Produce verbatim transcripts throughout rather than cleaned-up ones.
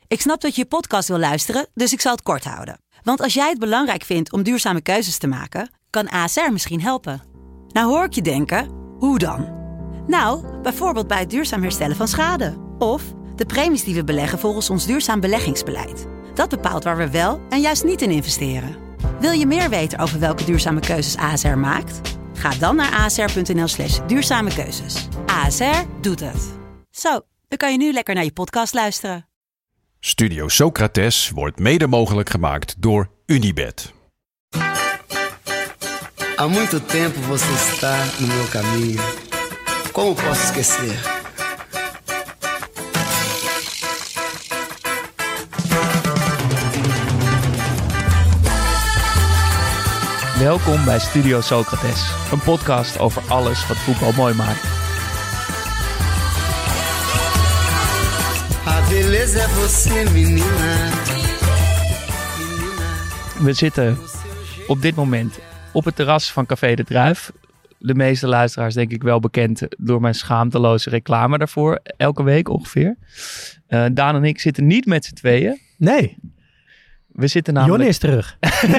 Ik snap dat je je podcast wil luisteren, dus ik zal het kort houden. Want als jij het belangrijk vindt om duurzame keuzes te maken, kan A S R misschien helpen. Nou hoor ik je denken, hoe dan? Nou, bijvoorbeeld bij het duurzaam herstellen van schade. Of de premies die we beleggen volgens ons duurzaam beleggingsbeleid. Dat bepaalt waar we wel en juist niet in investeren. Wil je meer weten over welke duurzame keuzes A S R maakt? Ga dan naar asr.nl slash duurzame keuzes. A S R doet het. Zo, dan kan je nu lekker naar je podcast luisteren. Studio Socrates wordt mede mogelijk gemaakt door Unibet. Há muito tempo você está no meu caminho. Como posso esquecer? Welkom bij Studio Socrates, een podcast over alles wat voetbal mooi maakt. A beleza é você, menina. We zitten op dit moment op het terras van Café de Druif. De meeste luisteraars denk ik wel bekend door mijn schaamteloze reclame daarvoor. Elke week ongeveer. Uh, Daan en ik zitten niet met z'n tweeën. Nee. We zitten namelijk... Jon is terug.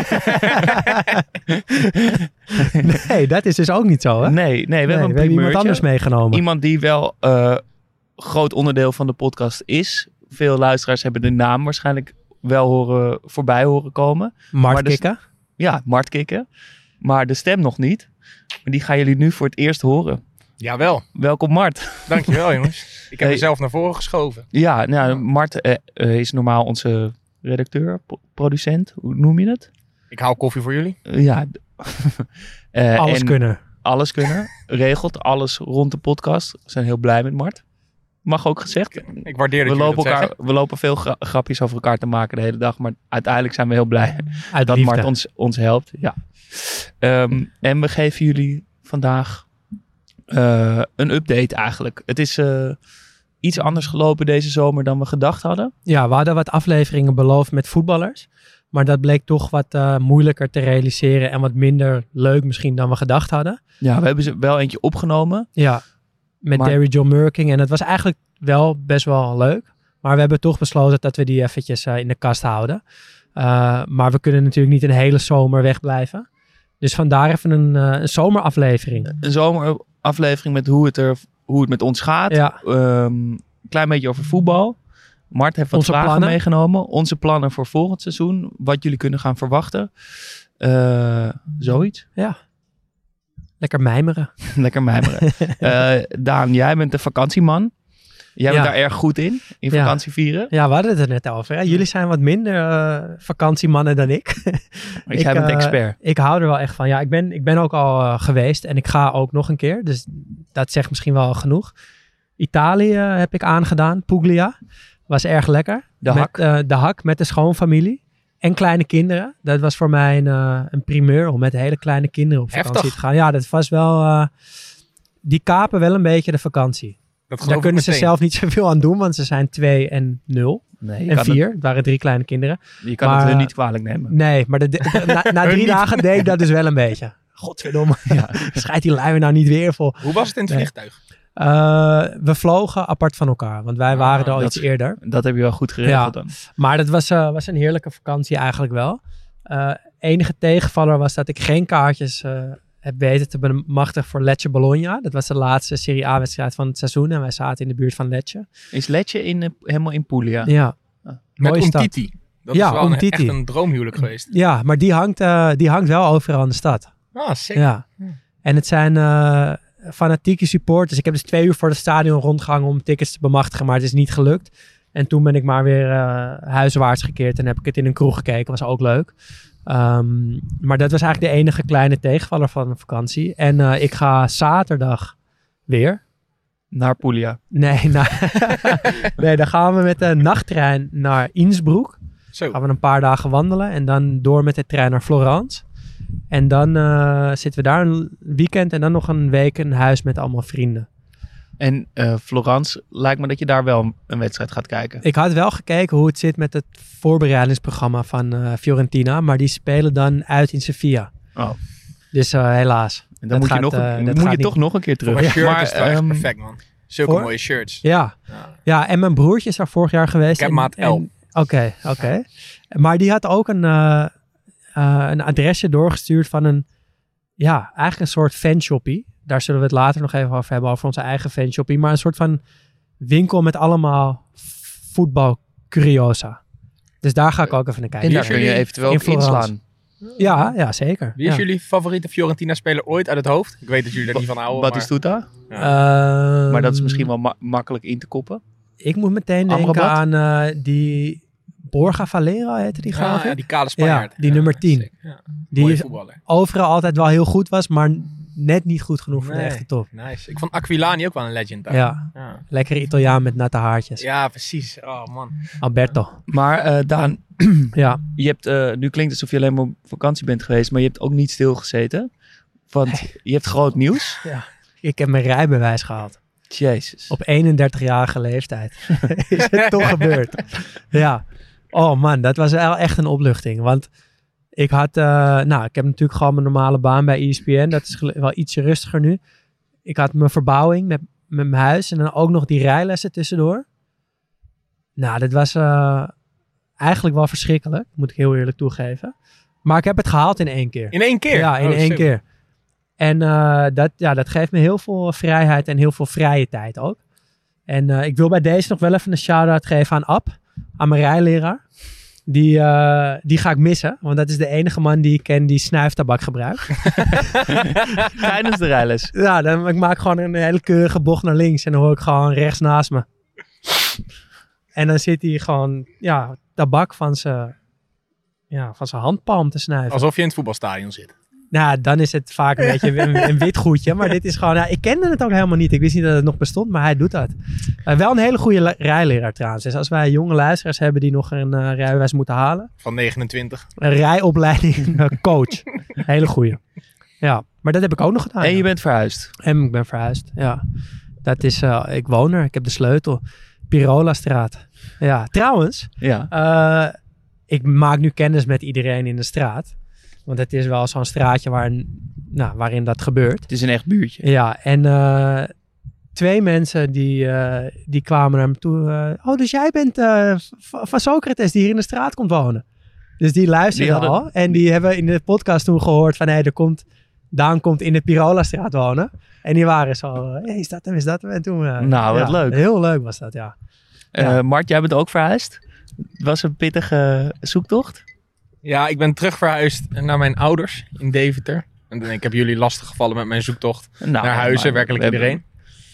Nee, dat is dus ook niet zo, hè? Nee, nee we nee, hebben een we hebben iemand anders meegenomen. Iemand die wel uh, groot onderdeel van de podcast is. Veel luisteraars hebben de naam waarschijnlijk wel horen, voorbij horen komen. Mart Kikken. Ja, Mart Kikken. Maar de stem nog niet. Maar die gaan jullie nu voor het eerst horen. Jawel. Welkom Mart. Dankjewel jongens. Ik heb hey. mezelf naar voren geschoven. Ja, nou, Mart uh, uh, is normaal onze redacteur, po- producent. Hoe noem je het? Ik haal koffie voor jullie. Uh, ja. uh, alles en kunnen. Alles kunnen. Regelt alles rond de podcast. We zijn heel blij met Mart. Mag ook gezegd. Ik, ik waardeer dat we jullie lopen dat elkaar, zeggen. We lopen veel gra- grapjes over elkaar te maken de hele dag. Maar uiteindelijk zijn we heel blij Uit dat liefde. Mart ons, ons helpt. Ja. Um, en we geven jullie vandaag uh, een update eigenlijk. Het is uh, iets anders gelopen deze zomer dan we gedacht hadden. Ja, we hadden wat afleveringen beloofd met voetballers. Maar dat bleek toch wat uh, moeilijker te realiseren en wat minder leuk misschien dan we gedacht hadden. Ja, we hebben ze wel eentje opgenomen. Ja, met Maar- Derry John Merking. En het was eigenlijk wel best wel leuk. Maar we hebben toch besloten dat we die eventjes uh, in de kast houden. Uh, maar we kunnen natuurlijk niet een hele zomer wegblijven. Dus vandaar even een, uh, een zomeraflevering. Een zomeraflevering met hoe het, er, hoe het met ons gaat. Ja. Um, een klein beetje over voetbal. Mart heeft wat Onze vragen plannen. meegenomen. Onze plannen voor volgend seizoen. Wat jullie kunnen gaan verwachten. Uh, zoiets. Ja, lekker mijmeren. Lekker mijmeren. uh, Daan, jij bent de vakantieman. Jij bent Ja. daar erg goed in. In Ja. vakantie vieren. Ja, we hadden het er net over. Hè? Jullie zijn wat minder uh, vakantiemannen dan ik. Maar jij bent uh, expert. Ik hou er wel echt van. Ja, ik ben, ik ben ook al uh, geweest en ik ga ook nog een keer. Dus dat zegt misschien wel genoeg. Italië uh, heb ik aangedaan. Puglia. Was erg lekker. De met, hak. Uh, de hak met de schoonfamilie. En kleine kinderen. Dat was voor mij een, uh, een primeur om met hele kleine kinderen op vakantie Heftig. te gaan. Ja, dat was wel... Uh, die kapen wel een beetje de vakantie. Dat geloof Daar ik kunnen ze meteen. zelf niet zoveel aan doen, want ze zijn twee en nul. Nee, je En kan vier. Het, Het waren drie kleine kinderen. je kan Maar- het hun niet kwalijk nemen. Nee, maar de, de- de- na, na Hun drie niet. dagen deed ik dat dus wel een beetje. Godverdomme. Ja. Schijt die lui nou niet weer vol. Hoe was het in het Nee. vliegtuig? Uh, we vlogen apart van elkaar, want wij Ah, waren er al dat iets is- eerder. Dat heb je wel goed geregeld Ja. dan. Maar dat was, uh, was een heerlijke vakantie eigenlijk wel. Uh, enige tegenvaller was dat ik geen kaartjes uh, heb weten te bemachtigen voor Lecce Bologna. Dat was de laatste Serie A-wedstrijd van het seizoen en wij zaten in de buurt van Lecce. Is Letje in, uh, helemaal in Puglia? Ja, Met mooie stad. Umtiti. Dat Ja, is wel een, Umtiti. echt een droomhuwelijk geweest. Ja, maar die hangt, uh, die hangt wel overal in de stad. Ah, sick. Ja. En het zijn uh, fanatieke supporters. Ik heb dus twee uur voor het stadion rondgehangen om tickets te bemachtigen, maar het is niet gelukt. En toen ben ik maar weer uh, huiswaarts gekeerd en heb ik het in een kroeg gekeken. Was ook leuk. Um, maar dat was eigenlijk de enige kleine tegenvaller van de vakantie. En uh, ik ga zaterdag weer. Naar Puglia. Nee, naar, nee, dan gaan we met de nachttrein naar Innsbruck. Zo. Gaan we een paar dagen wandelen en dan door met de trein naar Florence. En dan uh, zitten we daar een weekend en dan nog een week in huis met allemaal vrienden. En uh, Florence, lijkt me dat je daar wel een wedstrijd gaat kijken. Ik had wel gekeken hoe het zit met het voorbereidingsprogramma van uh, Fiorentina, maar die spelen dan uit in Sevilla. Oh. Dus uh, helaas. En dan Dat moet je, gaat, nog, uh, dan dat moet gaat je niet. toch nog een keer terug. Voor een shirt Maar, is het wel echt ehm, perfect, man. Zulke voor? mooie shirts. Ja. Ja. ja, en mijn broertje is daar vorig jaar geweest. Ik heb en, maat L. En, Oké, oké. Okay. Maar die had ook een, uh, uh, een adresje doorgestuurd van een, ja, eigenlijk een soort fanshoppie. Daar zullen we het later nog even over hebben, over onze eigen fanshoppie. Maar een soort van winkel met allemaal voetbalcuriosa. Dus daar ga ik ook even naar kijken. En daar kun je eventueel ook inslaan. Ja, ja, zeker. Wie is ja. jullie favoriete Fiorentina-speler ooit uit het hoofd? Ik weet dat jullie er niet van houden. Batistuta? Maar... Ja. Uh, maar dat is misschien wel ma- makkelijk in te koppen. Ik moet meteen Amrabat? denken aan uh, die Borja Valero, heette die ja, gaaf. ja, die kale Spanjaard. Ja, die ja, nummer tien. Ja, die overal altijd wel heel goed was, maar net niet goed genoeg voor nee, de echte top. Nice. Ik vond Aquilani ook wel een legend. Ja. ja, lekkere Italiaan met natte haartjes. Ja, precies. Oh man. Alberto. Maar uh, Daan, ja. je hebt, uh, nu klinkt het alsof je alleen maar op vakantie bent geweest, maar je hebt ook niet stilgezeten. Want hey. je hebt groot nieuws. Ja. Ik heb mijn rijbewijs gehaald. Jezus. Op eenendertigjarige leeftijd is het toch gebeurd. Ja. Oh man, dat was wel echt een opluchting. Want ik had, uh, nou, ik heb natuurlijk gewoon mijn normale baan bij E S P N. Dat is wel ietsje rustiger nu. Ik had mijn verbouwing met, met mijn huis en dan ook nog die rijlessen tussendoor. Nou, dat was uh, eigenlijk wel verschrikkelijk, moet ik heel eerlijk toegeven. Maar ik heb het gehaald in één keer. In één keer? Ja, in oh, één super. keer. En uh, dat, ja, dat geeft me heel veel vrijheid en heel veel vrije tijd ook. En uh, ik wil bij deze nog wel even een shout-out geven aan Ab, aan mijn rijleraar. Die, uh, die ga ik missen, want dat is de enige man die ik ken die snuiftabak gebruikt. Tijdens de rijles? Ja, dan, ik maak gewoon een hele keurige bocht naar links en dan hoor ik gewoon rechts naast me. En dan zit hij gewoon, ja, tabak van zijn, ja, van zijn handpalm te snuiven. Alsof je in het voetbalstadion zit. Nou, dan is het vaak een beetje een, een wit goedje. Maar dit is gewoon... Ja, ik kende het ook helemaal niet. Ik wist niet dat het nog bestond, maar hij doet dat. Uh, wel een hele goede la- rijleraar trouwens. Dus als wij jonge luisteraars hebben die nog een uh, rijbewijs moeten halen. Van negenentwintig. Een rijopleiding uh, coach. Hele goeie. Ja, maar dat heb ik ook nog gedaan. En je ja. bent verhuisd. En ik ben verhuisd, ja. Dat is... Uh, ik woon er. Ik heb de sleutel. Pirola-straat. Ja, trouwens. Ja. Uh, ik maak nu kennis met iedereen in de straat. Want het is wel zo'n straatje waar, nou, waarin dat gebeurt. Het is een echt buurtje. Ja, en uh, twee mensen die, uh, die kwamen naar me toe. Uh, oh, dus jij bent uh, van Socrates die hier in de straat komt wonen. Dus die luisterden die hadden... al. En die hebben in de podcast toen gehoord van... Hé, hey, er komt, Daan komt in de Pirola-straat wonen. En die waren zo... Hé, hey, is dat hem, is dat hem? En toen... Uh, nou, wat ja, leuk. Heel leuk was dat, ja. Uh, ja. Mart, jij bent ook verhuisd. Het was een pittige zoektocht. Ja, ik ben terug verhuisd naar mijn ouders in Deventer. En ik heb jullie lastig gevallen met mijn zoektocht nou, naar huizen, werkelijk iedereen. Hebben...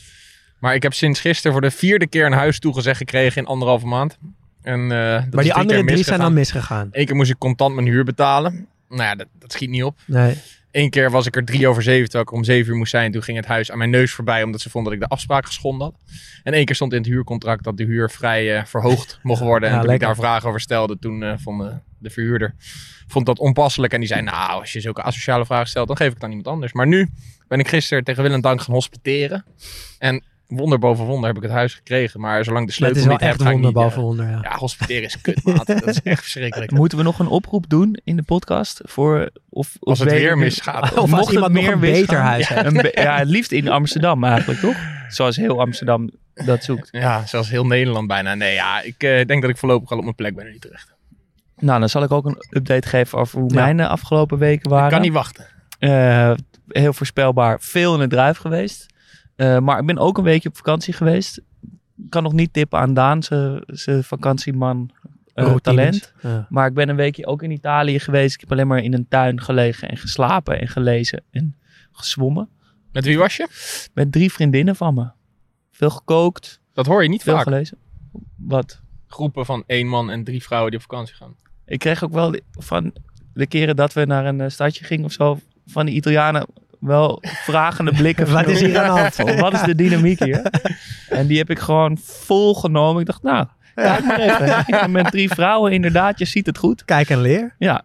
Maar ik heb sinds gisteren voor de vierde keer een huis toegezegd gekregen in anderhalve maand. En, uh, dat maar die andere drie zijn dan misgegaan? Eén keer moest ik contant mijn huur betalen. Nou ja, dat, dat schiet niet op. Nee. Eén keer was ik er drie over zeven, terwijl ik er om zeven uur moest zijn. Toen ging het huis aan mijn neus voorbij, omdat ze vonden dat ik de afspraak geschonden had. En één keer stond in het huurcontract dat de huur vrij uh, verhoogd mocht worden. En ja, toen lekker. ik daar vragen over stelde, toen uh, vond de, de verhuurder vond dat onpasselijk. En die zei, nou, als je zulke asociale vragen stelt, dan geef ik het aan iemand anders. Maar nu ben ik gisteren tegen wil en dank gaan hospiteren. En wonder boven wonder heb ik het huis gekregen. Maar zolang de sleutel niet heb, ga ik niet... boven wonder, ja. ja, hospiteren is kut, maat. Dat is echt verschrikkelijk. Moeten we nog een oproep doen in de podcast? Voor, of, of als het weer misgaat. Of, of als iemand nog een beter huis heeft. Ja, be- ja, het liefst in Amsterdam eigenlijk, toch? Zoals heel Amsterdam dat zoekt. Ja, zoals heel Nederland bijna. Nee, ja, ik uh, denk dat ik voorlopig al op mijn plek ben in Utrecht. Nou, dan zal ik ook een update geven over hoe ja. mijn uh, afgelopen weken waren. Ik kan niet wachten. Uh, heel voorspelbaar. Veel in het druif geweest. Uh, maar ik ben ook een weekje op vakantie geweest. Ik kan nog niet tippen aan Daan, zijn vakantieman uh, talent. Ja. Maar ik ben een weekje ook in Italië geweest. Ik heb alleen maar in een tuin gelegen en geslapen en gelezen en gezwommen. Met wie was je? Met drie vriendinnen van me. Veel gekookt. Dat hoor je niet veel vaak. Gelezen. Wat? Groepen van één man en drie vrouwen die op vakantie gaan. Ik kreeg ook wel van de keren dat we naar een stadje gingen of zo, van de Italianen wel vragende blikken. Wat is hier aan de hand? Wat is de dynamiek hier? En die heb ik gewoon volgenomen. Ik dacht, nou, kijk maar even. Ja, met drie vrouwen inderdaad, je ziet het goed. Kijk en leer. Ja,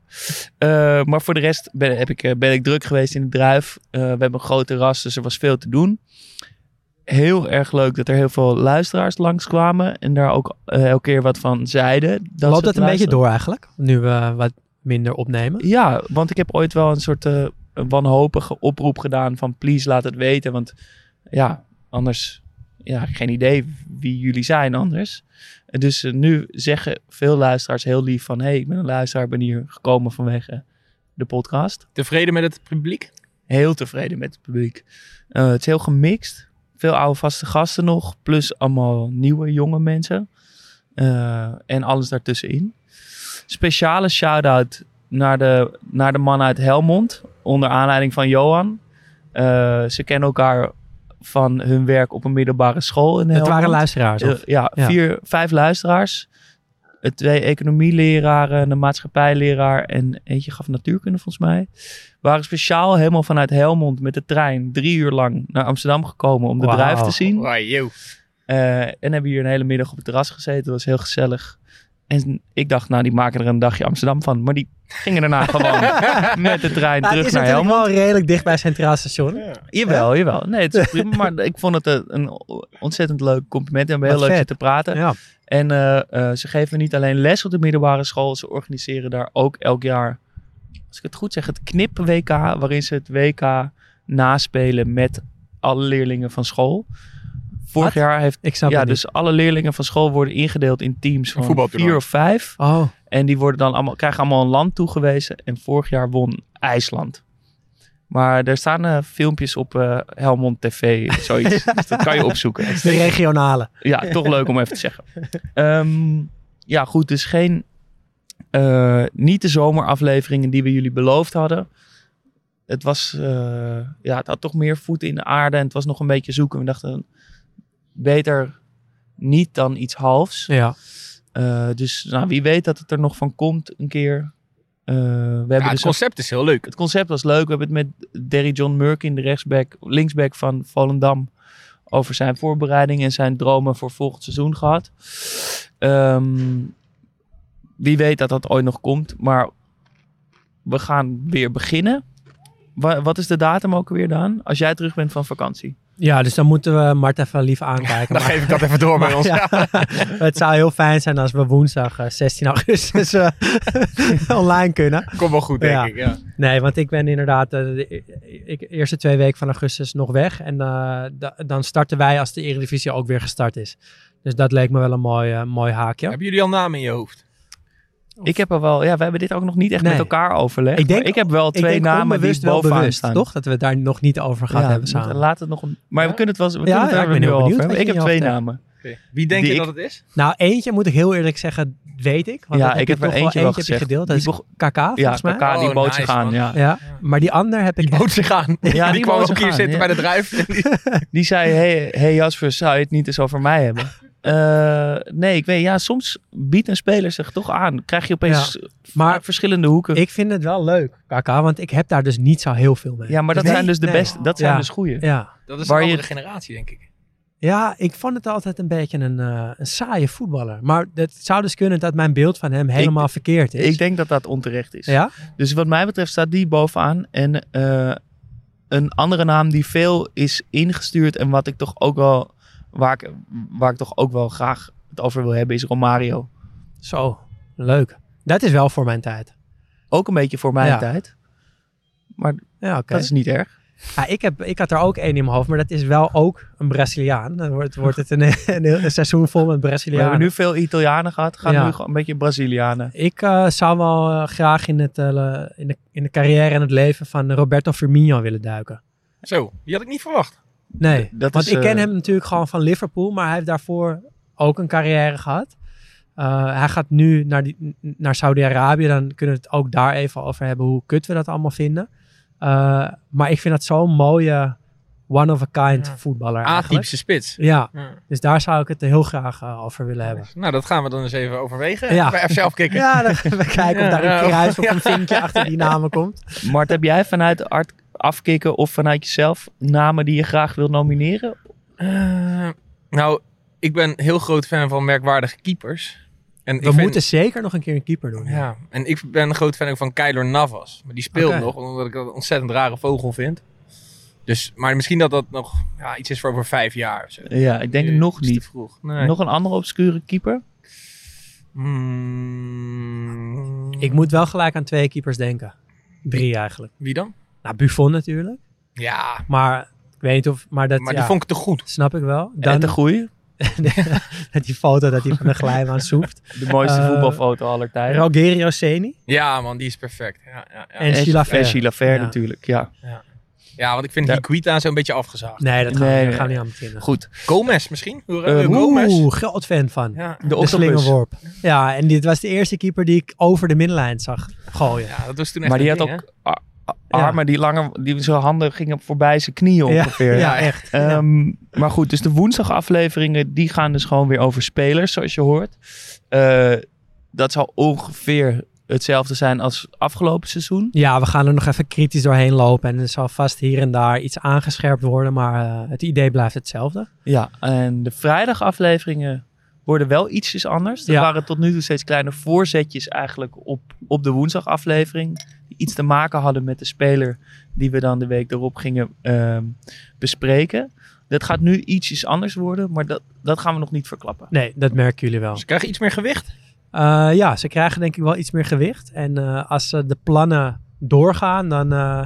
uh, maar voor de rest ben, heb ik, ben ik druk geweest in de druif. Uh, we hebben een groot terras, dus er was veel te doen. Heel erg leuk dat er heel veel luisteraars langskwamen en daar ook uh, elke keer wat van zeiden. Dat Loopt dat een beetje door eigenlijk, nu we uh, wat minder opnemen? Ja, want ik heb ooit wel een soort uh, wanhopige oproep gedaan van please laat het weten, want ja, anders ja, geen idee wie jullie zijn anders. Dus uh, nu zeggen veel luisteraars heel lief van... hey, ik ben een luisteraar, ben hier gekomen vanwege de podcast. Tevreden met het publiek? Heel tevreden met het publiek. Uh, het is heel gemixt. Veel oude vaste gasten nog. Plus allemaal nieuwe jonge mensen. Uh, en alles daartussenin. Speciale shout-out naar de, naar de man uit Helmond. Onder aanleiding van Johan. Uh, ze kennen elkaar van hun werk op een middelbare school in Helmond. Het waren luisteraars? Of? Uh, ja, ja, vier, vijf luisteraars. Twee economieleraren, een maatschappijleraar en eentje gaf natuurkunde volgens mij. We waren speciaal helemaal vanuit Helmond met de trein drie uur lang naar Amsterdam gekomen om de wow. druif te zien. Wow, yo. Uh, en hebben hier een hele middag op het terras gezeten. Dat was heel gezellig. En ik dacht, nou, die maken er een dagje Amsterdam van. Maar die gingen daarna gewoon met de trein nou, terug naar Helmond. Het is wel redelijk dicht bij Centraal Station. Ja. Jawel, jawel. Nee, het is prima. Maar ik vond het een, een ontzettend leuk compliment. We hebben heel leuk zitten praten. Ja. En uh, uh, ze geven niet alleen les op de middelbare school. Ze organiseren daar ook elk jaar, als ik het goed zeg, het Knip-W K. Waarin ze het W K naspelen met alle leerlingen van school. Vorig Wat? jaar heeft... Ik snap ja, het dus niet. alle leerlingen van school worden ingedeeld in teams van vier of vijf. Oh. En die worden dan allemaal, krijgen allemaal een land toegewezen. En vorig jaar won IJsland. Maar er staan uh, filmpjes op uh, Helmond T V, zoiets. Dus dat kan je opzoeken. De regionale. Ja, toch leuk om even te zeggen. Um, ja, goed. Dus geen... Uh, niet de zomerafleveringen die we jullie beloofd hadden. Het was... Uh, ja, het had toch meer voeten in de aarde. En het was nog een beetje zoeken. We dachten, beter niet dan iets halfs. Ja. Uh, dus nou, wie weet dat het er nog van komt een keer... Uh, we hebben ja, het dus concept ook, is heel leuk. Het concept was leuk. We hebben het met Derry John Murkin, de rechtsback, linksback van Volendam, over zijn voorbereiding en zijn dromen voor volgend seizoen gehad. Um, wie weet dat dat ooit nog komt, maar we gaan weer beginnen. Wa- wat is de datum ook weer dan? Als jij terug bent van vakantie. Ja, dus dan moeten we Mart even lief aankijken. Dan maar, geef ik dat even door bij ons. Ja, het zou heel fijn zijn als we woensdag uh, zestien augustus uh, online kunnen. Komt wel goed, denk ja. ik. Ja. Nee, want ik ben inderdaad uh, de ik, eerste twee weken van augustus nog weg. En uh, da, dan starten wij als de Eredivisie ook weer gestart is. Dus dat leek me wel een mooi, uh, mooi haakje. Hebben jullie al namen in je hoofd? Of... Ik heb er wel, ja, we hebben dit ook nog niet echt nee. met elkaar overlegd. Ik, denk, ik heb wel twee denk namen die bovenaan bewust, staan. Toch? Dat we het daar nog niet over gehad ja, hebben samen. Laat het nog een... Maar ja? we kunnen het wel we ja, kunnen het ja, ik ben heel benieuwd. over. Ik heb twee namen. Okay. Wie denk je ik... dat het is? Nou, eentje moet ik heel eerlijk zeggen, weet ik. Want ja, dat heb ik heb er toch eentje wel wel eentje gezegd. gedeeld. Dat is boeg... K K volgens ja, mij. Ja, K K die oh, bood nice, zich aan. Ja. Ja, maar die ander heb ik... Die bood zich aan. Ja, die, die kwam ook hier gaan, zitten ja. bij de druif. Die zei, hey, hey Jasper, zou je het niet eens over mij hebben? Uh, nee, ik weet, ja, soms biedt een speler zich toch aan. Krijg je opeens ja, maar verschillende hoeken. Ik vind het wel leuk, K K, want ik heb daar dus niet zo heel veel mee. Ja, maar dat nee, zijn dus de nee. beste, dat zijn ja. dus goeie. Ja. Dat is Waar een andere je... generatie, denk ik. Ja, ik vond het altijd een beetje een, uh, een saaie voetballer. Maar het zou dus kunnen dat mijn beeld van hem helemaal ik, verkeerd is. Ik denk dat dat onterecht is. Ja? Dus wat mij betreft staat die bovenaan. En uh, een andere naam die veel is ingestuurd en wat ik toch ook wel, waar ik, waar ik toch ook wel graag het over wil hebben, is Romario. Zo, leuk. Dat is wel voor mijn tijd. Ook een beetje voor mijn ja. tijd. Maar ja, okay. dat is niet erg. Ja, ik, heb, ik had er ook één in mijn hoofd, maar dat is wel ook een Braziliaan. Dan wordt, wordt het een, een, een seizoen vol met Brazilianen. We hebben nu veel Italianen gehad, gaan ja. nu gewoon een beetje Brazilianen. Ik uh, zou wel uh, graag in, het, uh, in, de, in de carrière en het leven van Roberto Firmino willen duiken. Zo, die had ik niet verwacht. Nee, dat want is, ik ken uh, hem natuurlijk gewoon van Liverpool, maar hij heeft daarvoor ook een carrière gehad. Uh, hij gaat nu naar, die, naar Saudi-Arabië, dan kunnen we het ook daar even over hebben hoe kut we dat allemaal vinden. Uh, maar ik vind dat zo'n mooie one-of-a-kind ja. voetballer A-typische spits. Ja. ja, dus daar zou ik het heel graag uh, over willen hebben. Nou, dat gaan we dan eens even overwegen. Ja. Bij F zelf kicken. Ja, dan gaan we kijken ja, of daar een kruis of een vinkje ja. achter die namen komt. Mart, heb jij vanuit Art afkicken of vanuit jezelf namen die je graag wil nomineren? Uh, nou, ik ben heel groot fan van merkwaardige keepers. En we ik vind, moeten zeker nog een keer een keeper doen. Ja, ja. En ik ben een groot fan van Keylor Navas. Maar die speelt okay. nog, omdat ik dat een ontzettend rare vogel vind. Dus, maar misschien dat dat nog ja, iets is voor over vijf jaar. Zo. Ja, ik denk uh, nog niet. Te vroeg. Nee. Nog een andere obscure keeper? Hmm. Ik moet wel gelijk aan twee keepers denken. Drie eigenlijk. Wie dan? Nou, Buffon natuurlijk. Ja. Maar weet niet of... Maar, dat, Maar ja, die vond ik te goed. snap ik wel. Dan, en de goeie. Met die foto dat hij van de glijbaan soept. De mooiste Uh, voetbalfoto aller tijden. Rogerio Ceni. Ja, man, die is perfect. Ja, ja, ja. En Sheila Ver. En Sheila Ver Ja. natuurlijk, ja. Ja. ja, want ik vind Ja. Higuita zo'n beetje afgezaagd. Nee, dat gaan, Nee, we, nee. gaan we niet aan beginnen. Goed. Gomez misschien? Hoe Uh, uh, Gomez? Oeh, groot fan van. Ja. De De octopus. slingerworp. Ja, en dit was de eerste keeper die ik over de middenlijn zag gooien. ja, dat was toen echt Maar die een had ding, ook a- a- armen die langer, die zijn handen gingen voorbij zijn knieën Ja, ongeveer. ja, echt. Ja. Um, maar goed, dus de woensdagafleveringen die gaan dus gewoon weer over spelers, zoals je hoort. Uh, dat zal ongeveer hetzelfde zijn als afgelopen seizoen. Ja, we gaan er nog even kritisch doorheen lopen. En er zal vast hier en daar iets aangescherpt worden. Maar uh, het idee blijft hetzelfde. Ja, en de vrijdagafleveringen worden wel ietsjes anders. Er Ja. waren tot nu toe steeds kleine voorzetjes eigenlijk op, op de woensdagaflevering. Die iets te maken hadden met de speler die we dan de week erop gingen uh, bespreken. Dat gaat nu ietsjes anders worden, maar dat, dat gaan we nog niet verklappen. Nee, dat merken jullie wel. Ze krijgen iets meer gewicht. Uh, ja, ze krijgen denk ik wel iets meer gewicht. En uh, als ze de plannen doorgaan, dan, uh,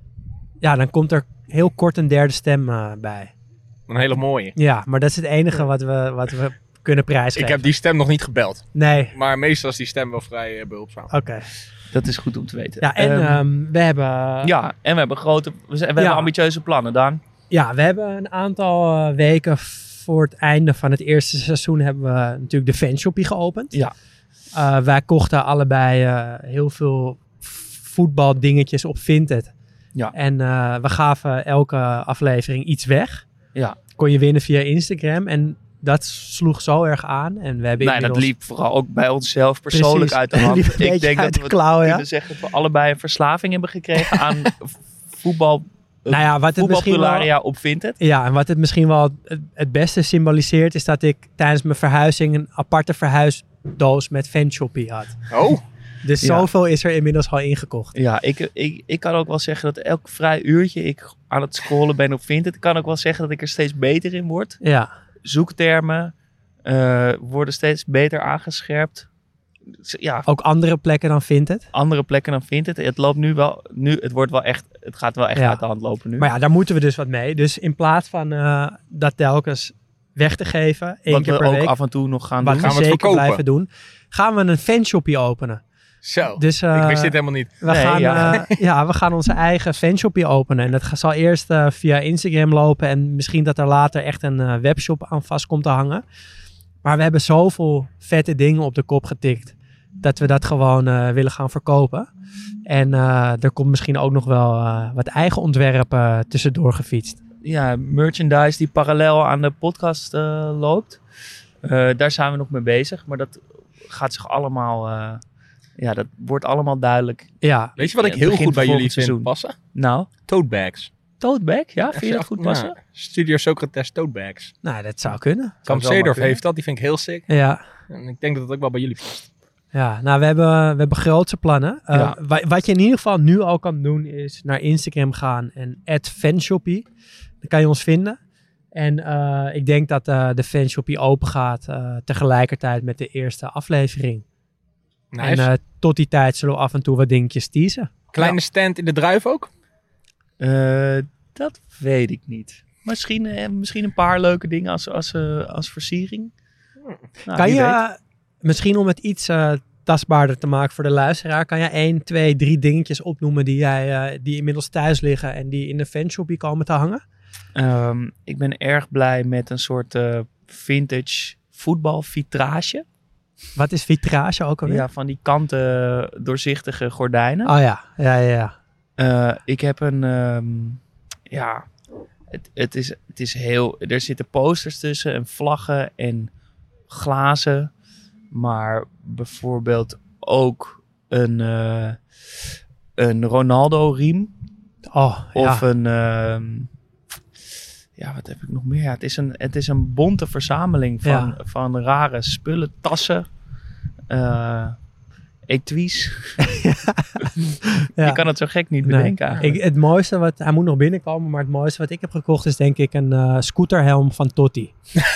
ja, dan komt er heel kort een derde stem uh, bij. Een hele mooie. Ja, maar dat is het enige wat we, wat we kunnen prijsgeven. Ik heb die stem nog niet gebeld. Nee, Maar meestal is die stem wel vrij uh, behulpzaam. oké. Okay. Dat is goed om te weten. Ja, en Um, um, we hebben... ja, en we hebben grote, we, zijn, we Ja. hebben ambitieuze plannen, Daan. Ja, we hebben een aantal uh, weken voor het einde van het eerste seizoen hebben we natuurlijk de fanshoppie geopend. Ja. Uh, wij kochten allebei uh, heel veel voetbaldingetjes op Vinted. Ja. En uh, we gaven elke aflevering iets weg. Ja. Kon je winnen via Instagram. En dat sloeg zo erg aan. En we hebben Nee, dat inmiddels... liep vooral ook bij onszelf persoonlijk Precies. uit de Liep hand. een Ik beetje denk uit dat de we klauwen, ja. kunnen zeggen dat we allebei een verslaving hebben gekregen aan voetbal. Nou ja, wat het misschien wel- voetbalpularia op Vinted. Ja, en wat het misschien wel het, het beste symboliseert... is dat ik tijdens mijn verhuizing... een aparte verhuisdoos met fanshoppie had. Oh, Dus Ja. zoveel is er inmiddels al ingekocht. Ja, ik, ik, ik kan ook wel zeggen dat elk vrij uurtje ik aan het scrollen ben op Vinted. Ik kan ook wel zeggen dat ik er steeds beter in word. Ja, Zoektermen uh, worden steeds beter aangescherpt. Ja, ook andere plekken dan Vinted. andere plekken dan Vinted. Het loopt nu wel, nu, het wordt wel echt, het gaat wel echt Ja. uit de hand lopen nu. Maar ja, daar moeten we dus wat mee. Dus in plaats van uh, dat telkens weg te geven, één Wat keer we per ook week, af en toe nog gaan wat doen. we Gaan we het zeker verkopen? blijven doen, gaan we een fanshoppie openen. zo. Dus uh, ik wist dit helemaal niet. we, Nee, gaan, ja. uh, ja, we gaan onze eigen fanshoppie openen. En dat ga- zal eerst uh, via Instagram lopen en misschien dat er later echt een uh, webshop aan vast komt te hangen. Maar we hebben zoveel vette dingen op de kop getikt dat we dat gewoon uh, willen gaan verkopen. En uh, er komt misschien ook nog wel uh, wat eigen ontwerpen uh, tussendoor gefietst. Ja, merchandise die parallel aan de podcast uh, loopt. Uh, daar zijn we nog mee bezig. Maar dat gaat zich allemaal... Uh, ja, dat wordt allemaal duidelijk. Ja, Weet je wat ik Het heel begin goed bij van jullie volgend vind passen? Nou, Tote bags. tote bag, ja? Vind je dat goed passen? Ja, Studio Socrates tote bags. nou dat zou kunnen. Kamp zomaar Zeedorf kunnen. heeft dat, die vind ik heel sick. Ja, En ik denk dat het ook wel bij jullie past. ja. nou we hebben, we hebben grootse plannen. Uh, Ja. wa- wat je in ieder geval nu al kan doen is naar Instagram gaan en add fanshoppie. Dan kan je ons vinden. En uh, ik denk dat uh, de fanshoppie open gaat uh, tegelijkertijd met de eerste aflevering. Nice. En uh, tot die tijd zullen we af en toe wat dingetjes teasen. Kleine stand in de druif ook? Uh, dat weet ik niet. Misschien, uh, misschien een paar leuke dingen als, als, uh, als versiering. Nou, kan wie je, weet. uh, misschien om het iets uh, tastbaarder te maken voor de luisteraar, kan jij één, twee, drie dingetjes opnoemen die, jij, uh, die inmiddels thuis liggen en die in de fanshoppie komen te hangen? Um, ik ben erg blij met een soort uh, vintage voetbalvitrage. Wat is vitrage ook alweer? Ja, van die kanten doorzichtige gordijnen. Oh ja, ja, ja. ja. Uh, ik heb een, um, ja, het, het, is, het is heel, er zitten posters tussen en vlaggen en glazen. Maar bijvoorbeeld ook een, uh, een Ronaldo riem. Oh, Of ja. een, uh, ja, wat heb ik nog meer? Ja, het, is een, het is een bonte verzameling van, Ja. van rare spullen, tassen, uh, etuis. Ja. Je kan het zo gek niet Nee. bedenken eigenlijk. Ik, het mooiste wat, hij moet nog binnenkomen, maar het mooiste wat ik heb gekocht is denk ik een uh, scooterhelm van Totti.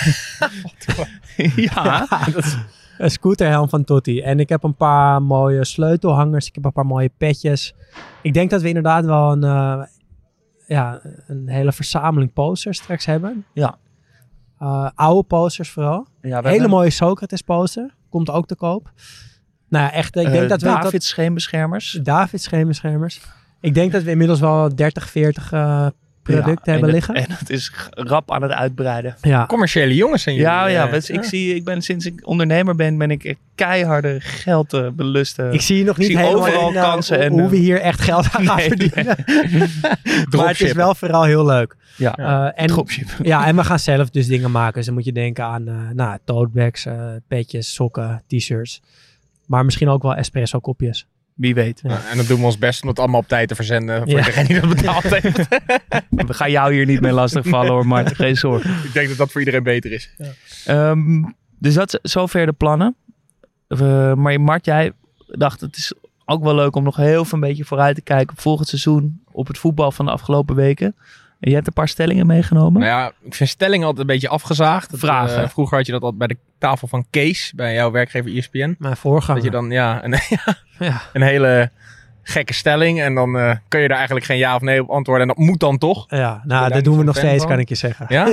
Ja, dat is een scooterhelm van Totti. En ik heb een paar mooie sleutelhangers, ik heb een paar mooie petjes. Ik denk dat we inderdaad wel een, uh, ja, een hele verzameling posters straks hebben. Ja. Uh, oude posters vooral. Ja, hele hebben... mooie Socrates poster. Komt ook te koop. Nou ja, echt. Ik denk uh, dat we Davids dat... scheenbeschermers. Davids scheenbeschermers. Ik denk dat we inmiddels wel dertig, veertig uh, producten ja, hebben en liggen. Het, en het is rap aan het uitbreiden. Ja. Commerciële jongens zijn jullie. Ja, ja, uh, weet, ja. Ik, zie, ik ben sinds ik ondernemer ben, ben ik keiharde geld te belusten. Ik zie je nog niet zie helemaal overal in, uh, kansen. hoe, En, hoe we hier echt geld aan gaan nee, verdienen. Maar het is wel vooral heel leuk. Ja, Uh, en, dropshippen. ja, en we gaan zelf dus dingen maken. Dus dan moet je denken aan uh, nou, tote bags, uh, petjes, sokken, t-shirts. Maar misschien ook wel espresso kopjes. Wie weet. Ja. Ja, en dan doen we ons best om het allemaal op tijd te verzenden. Voor Ja. degene die dat betaald heeft. We gaan jou hier niet mee lastigvallen hoor, Mart. Geen zorgen. Ik denk dat dat voor iedereen beter is. Ja. Um, dus dat is zover de plannen. Uh, maar Mart, jij dacht het is ook wel leuk om nog heel veel een beetje vooruit te kijken op volgend seizoen. Op het voetbal van de afgelopen weken. En je hebt een paar stellingen meegenomen. Nou ja, ik vind stellingen altijd een beetje afgezaagd. Dat, Vragen. Uh, vroeger had je dat altijd bij de tafel van Kees. Bij jouw werkgever E S P N. Mijn voorganger. Dat je dan ja, een, ja, Ja. een hele gekke stelling. En dan uh, kun je daar eigenlijk geen ja of nee op antwoorden. En dat moet dan toch? Ja, nou, ben dat doen we zo'n nog fan steeds, van. kan ik je zeggen. Ja?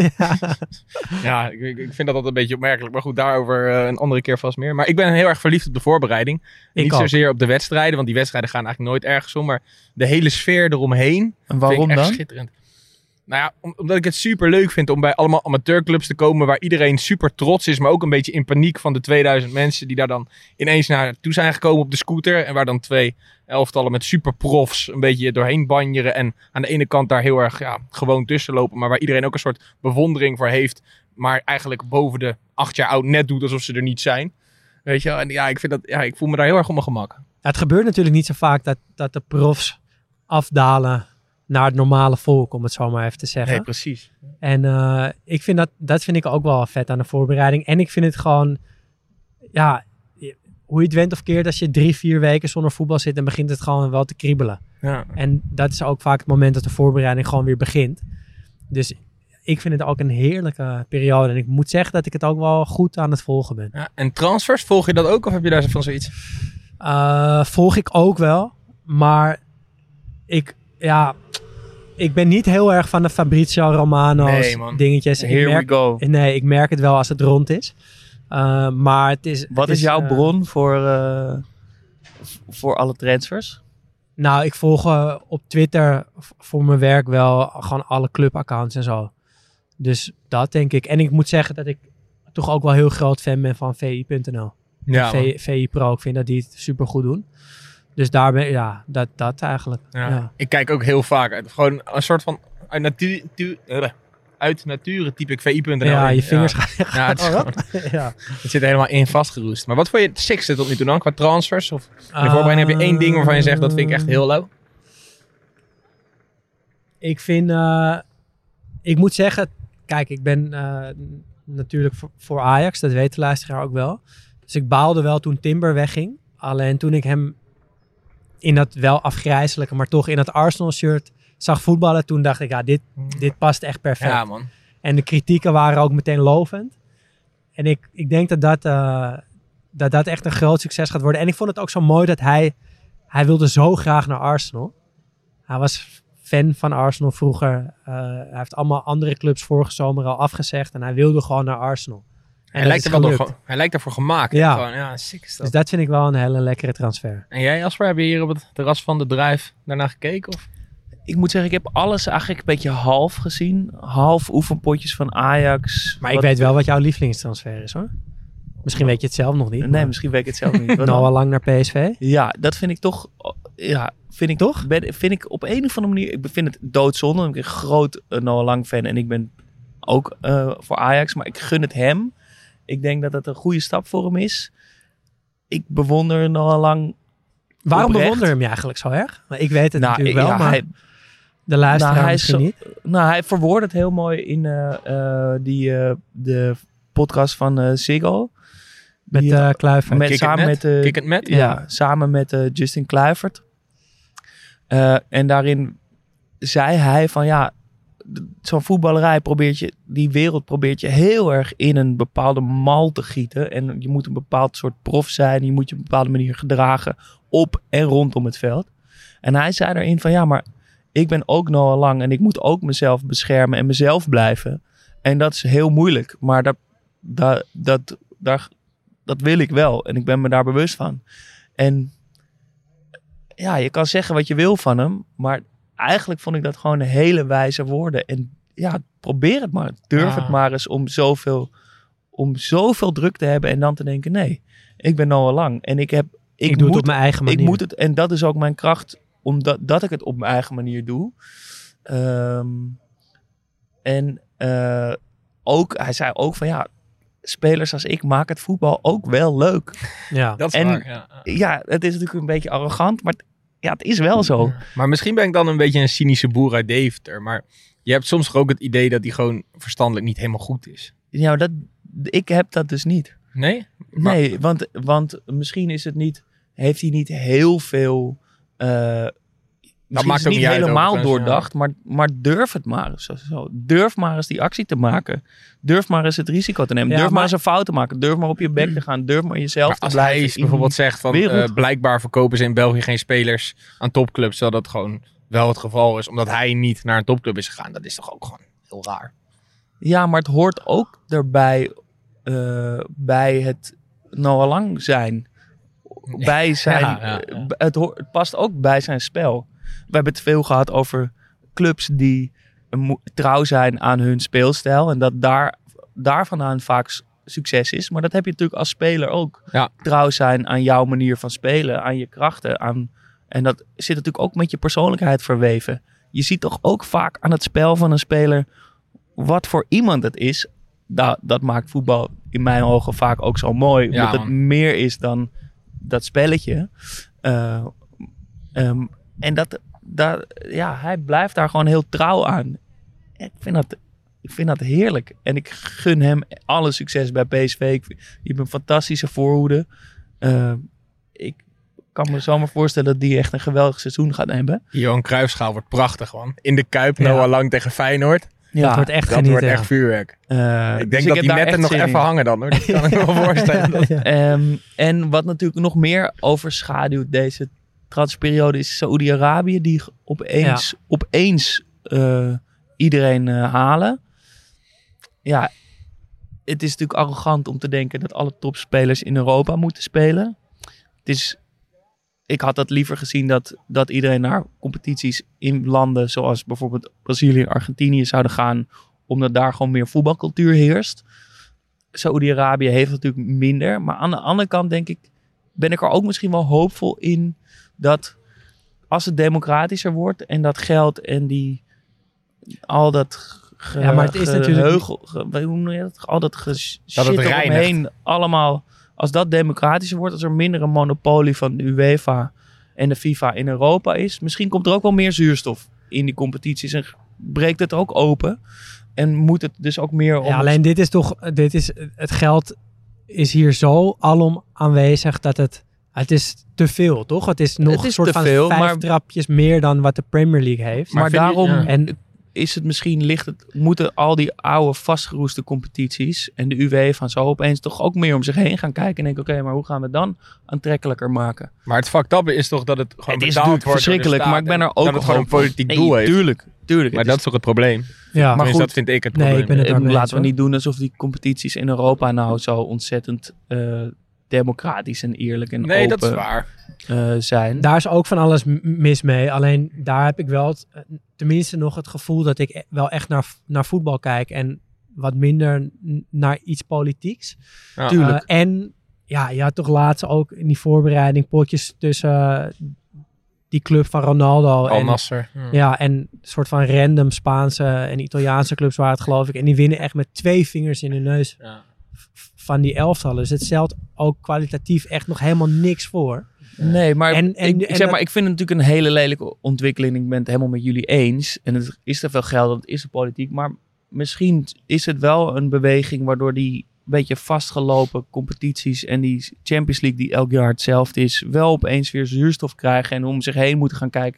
Ja, ik, ik vind dat altijd een beetje opmerkelijk. Maar goed, daarover uh, een andere keer vast meer. Maar ik ben heel erg verliefd op de voorbereiding. Ik Niet ook. zozeer op de wedstrijden. Want die wedstrijden gaan eigenlijk nooit ergens om. Maar de hele sfeer eromheen En waarom vind ik echt dan? schitterend. Nou ja, om, omdat ik het super leuk vind om bij allemaal amateurclubs te komen waar iedereen super trots is, maar ook een beetje in paniek van de tweeduizend mensen die daar dan ineens naartoe zijn gekomen op de scooter. En waar dan twee elftallen met superprofs een beetje doorheen banjeren. En aan de ene kant daar heel erg ja, gewoon tussen lopen, maar waar iedereen ook een soort bewondering voor heeft. Maar eigenlijk boven de acht jaar oud net doet alsof ze er niet zijn. Weet je wel? En ja, ik, vind dat, ja, ik voel me daar heel erg op mijn gemak. Ja, het gebeurt natuurlijk niet zo vaak dat, dat de profs afdalen naar het normale volk, om het zo maar even te zeggen. Nee, precies. En uh, ik vind dat, dat vind ik ook wel vet aan de voorbereiding. En ik vind het gewoon, ja, hoe je het went of keert, als je drie, vier weken zonder voetbal zit, dan begint het gewoon wel te kriebelen. Ja. En dat is ook vaak het moment dat de voorbereiding gewoon weer begint. Dus ik vind het ook een heerlijke periode. En ik moet zeggen dat ik het ook wel goed aan het volgen ben. Ja, en transfers, volg je dat ook of heb je daar van zoiets? Uh, volg ik ook wel. Maar ik, ja, ik ben niet heel erg van de Fabrizio Romano's Nee, man. dingetjes. Here ik merk, we go. Nee, ik merk het wel als het rond is. Uh, maar het is... Wat het is jouw uh, bron voor, uh, voor alle transfers? Nou, ik volg uh, op Twitter v- voor mijn werk wel gewoon alle clubaccounts en zo. Dus dat denk ik. En ik moet zeggen dat ik toch ook wel heel groot fan ben van V I punt N L. Ja, man. V I Pro, ik vind dat die het super goed doen. Dus daar ben ja, dat, dat eigenlijk. Ja. Ja. Ik kijk ook heel vaak uit. Gewoon een soort van uit natuur, tu, uh, uit nature type ik V I punt N L. Ja, in. je vingers Ja. gaan... Ja, het, is Oh, gewoon, ja. het zit er helemaal in vastgeroest. Maar wat vond je het sixte tot nu toe dan qua transfers? Of in de voorbereiding heb je één ding waarvan je zegt dat vind ik echt heel low? Ik vind... Uh, ik moet zeggen... Kijk, ik ben uh, natuurlijk voor, voor Ajax. Dat weet de luisteraar ook wel. Dus ik baalde wel toen Timber wegging. Alleen toen ik hem in dat wel afgrijzelijke, maar toch in dat Arsenal shirt zag voetballen. Toen dacht ik, ja, dit, dit past echt perfect. Ja, man. En de kritieken waren ook meteen lovend. En ik, ik denk dat dat, uh, dat dat echt een groot succes gaat worden. En ik vond het ook zo mooi dat hij... Hij wilde zo graag naar Arsenal. Hij was fan van Arsenal vroeger. Uh, hij heeft allemaal andere clubs vorige zomer al afgezegd. En hij wilde gewoon naar Arsenal. En Hij dat lijkt, is er wel gelukt. door, hij lijkt ervoor gemaakt. Ja. Gewoon, ja, sick is dat. Dus dat vind ik wel een hele lekkere transfer. En jij, Jasper, heb je hier op het terras van de Druif daarna gekeken? Of? Ik moet zeggen, ik heb alles eigenlijk een beetje half gezien. Half oefenpotjes van Ajax. Maar ik Wat- weet wel wat jouw lievelingstransfer is, hoor. Misschien weet je het zelf nog niet. Nee, maar misschien weet ik het zelf niet. Wat dan? Noah Lang naar P S V. Ja, dat vind ik toch... Ja, vind ik toch? Ben, vind ik op een of andere manier... Ik vind het doodzonde. Ik ben een groot uh, Noah Lang fan. En ik ben ook uh, voor Ajax. Maar ik gun het hem. Ik denk dat het een goede stap voor hem is. Ik bewonder Noah Lang. Waarom oprecht. bewonder je hem je eigenlijk zo erg? Maar ik weet het Nou, natuurlijk ik- wel, ja, maar hij, de luisteraar nou, hij misschien is niet. nou, hij verwoordt het heel mooi in uh, uh, die, uh, de podcast van uh, Ziggo. Met Die, uh, Kluivert. met, Kick it samen met? met, uh, Kick it met? Ja, Ja. samen met uh, Justin Kluivert. Uh, en daarin zei hij van ja, d- zo'n voetballerij probeert je, die wereld probeert je heel erg in een bepaalde mal te gieten. En je moet een bepaald soort prof zijn. Je moet je op een bepaalde manier gedragen op en rondom het veld. En hij zei erin van ja, maar ik ben ook Noah Lang en ik moet ook mezelf beschermen en mezelf blijven. En dat is heel moeilijk, maar dat, dat, dat, daar, dat wil ik wel. En ik ben me daar bewust van. En ja, je kan zeggen wat je wil van hem, maar eigenlijk vond ik dat gewoon hele wijze woorden. En ja, probeer het maar. Durf ah. het maar eens om zoveel, om zoveel druk te hebben en dan te denken, nee, ik ben Noah Lang. En ik heb... Ik, ik doe moet, het op mijn eigen manier. Ik moet het, en dat is ook mijn kracht, omdat dat ik het op mijn eigen manier doe. Um, en uh, ook, hij zei ook van ja, spelers als ik maken het voetbal ook wel leuk. Ja, dat is en, waar. Ja. ja, het is natuurlijk een beetje arrogant, maar ja, het is wel zo. Maar misschien ben ik dan een beetje een cynische boer uit Deventer. Maar je hebt soms ook het idee dat hij gewoon verstandelijk niet helemaal goed is. Ja, dat, ik heb dat dus niet. Nee? Maar... Nee, want, want misschien is het niet, heeft hij niet heel veel... Uh, dat maakt het niet helemaal uit, doordacht, ja. maar, maar durf het maar eens. Zo, zo. Durf maar eens die actie te maken. Durf maar eens het risico te nemen. Ja, durf maar, maar eens een fout te maken. Durf maar op je bek te gaan. Durf maar jezelf maar te als blijven. Als hij bijvoorbeeld zegt van uh, blijkbaar verkopen ze in België geen spelers aan topclubs, terwijl dat gewoon wel het geval is, omdat hij niet naar een topclub is gegaan. Dat is toch ook gewoon heel raar. Ja, maar het hoort ook erbij uh, bij het Noah Lang zijn. Bij zijn ja, ja, ja. Het, ho- het past ook bij zijn spel. We hebben het veel gehad over clubs die mo- trouw zijn aan hun speelstijl. En dat daar, daar vandaan vaak succes is. Maar dat heb je natuurlijk als speler ook. Ja. Trouw zijn aan jouw manier van spelen. Aan je krachten. Aan, en dat zit natuurlijk ook met je persoonlijkheid verweven. Je ziet toch ook vaak aan het spel van een speler wat voor iemand het is. Dat, dat maakt voetbal in mijn ogen vaak ook zo mooi. Ja, omdat het meer is dan dat spelletje. Uh, um, en dat, dat, ja, hij blijft daar gewoon heel trouw aan. Ik vind dat, ik vind dat heerlijk. En ik gun hem alle succes bij P S V. Ik, je hebt een fantastische voorhoede. Uh, ik kan me zomaar voorstellen dat die echt een geweldig seizoen gaat hebben. Johan Cruijffschaal wordt prachtig, man. In de Kuip, ja. Noah Lang tegen Feyenoord. Ja, dat wordt echt dat genieten, wordt echt vuurwerk. Uh, ik denk dus dat ik die netten nog even in. hangen dan, hoor. Dat kan ik me wel voorstellen. ja. um, en wat natuurlijk nog meer overschaduwt deze transferperiode is Saoedi-Arabië, die opeens, ja. opeens uh, iedereen uh, halen. Ja, het is natuurlijk arrogant om te denken dat alle topspelers in Europa moeten spelen. Het is... Ik had dat liever gezien dat, dat iedereen naar competities in landen zoals bijvoorbeeld Brazilië en Argentinië zouden gaan, omdat daar gewoon meer voetbalcultuur heerst. Saoedi-Arabië heeft natuurlijk minder, maar aan de andere kant denk ik, ben ik er ook misschien wel hoopvol in dat als het democratischer wordt en dat geld en die al dat ge, ja, maar het is ge, natuurlijk heugel, ge, hoe noem je dat? Al dat ge, shit eromheen allemaal. Als dat democratischer wordt, als er minder een monopolie van de UEFA en de FIFA in Europa is, misschien komt er ook wel meer zuurstof in die competities en breekt het ook open. En moet het dus ook meer om... Ja, alleen dit is toch, dit is, het geld is hier zo alom aanwezig dat het, het is te veel, toch? Het is nog het is een soort van veel, vijf maar, trapjes meer dan wat de Premier League heeft. Maar, maar daarom... Je, ja. en, is het misschien, ligt het, moeten al die oude vastgeroeste competities en de UEFA zo opeens toch ook meer om zich heen gaan kijken en denken, oké, okay, maar hoe gaan we het dan aantrekkelijker maken? Maar het fucked up is toch dat het gewoon het betaald wordt. Het is verschrikkelijk, maar ik ben er ook dat het gewoon een politiek nee, doel heeft. Tuurlijk, tuurlijk. Maar dat is toch het probleem? Ja, maar goed, dat vind ik het probleem. Nee, ik ben het Laten eens, we niet doen alsof die competities in Europa nou zo ontzettend uh, democratisch en eerlijk en nee, open dat is waar. Uh, zijn. Daar is ook van alles mis mee. Alleen daar heb ik wel het, tenminste nog het gevoel dat ik wel echt naar, naar voetbal kijk en wat minder n- naar iets politieks. Ja, tuurlijk. Uh, en ja, je had toch laatst ook in die voorbereiding potjes tussen uh, die club van Ronaldo Al en Nasser. Ja. ja, en een soort van random Spaanse en Italiaanse clubs waren het, geloof ik. En die winnen echt met twee vingers in de neus. Ja. Van die elftallen. Dus het stelt ook kwalitatief echt nog helemaal niks voor. Nee, maar, en, en, ik, ik en zeg dat... maar ik vind het natuurlijk een hele lelijke ontwikkeling. Ik ben het helemaal met jullie eens. En het is te veel geld, het is de politiek. Maar misschien is het wel een beweging waardoor die een beetje vastgelopen competities en die Champions League die elk jaar hetzelfde is, wel opeens weer zuurstof krijgen en om zich heen moeten gaan kijken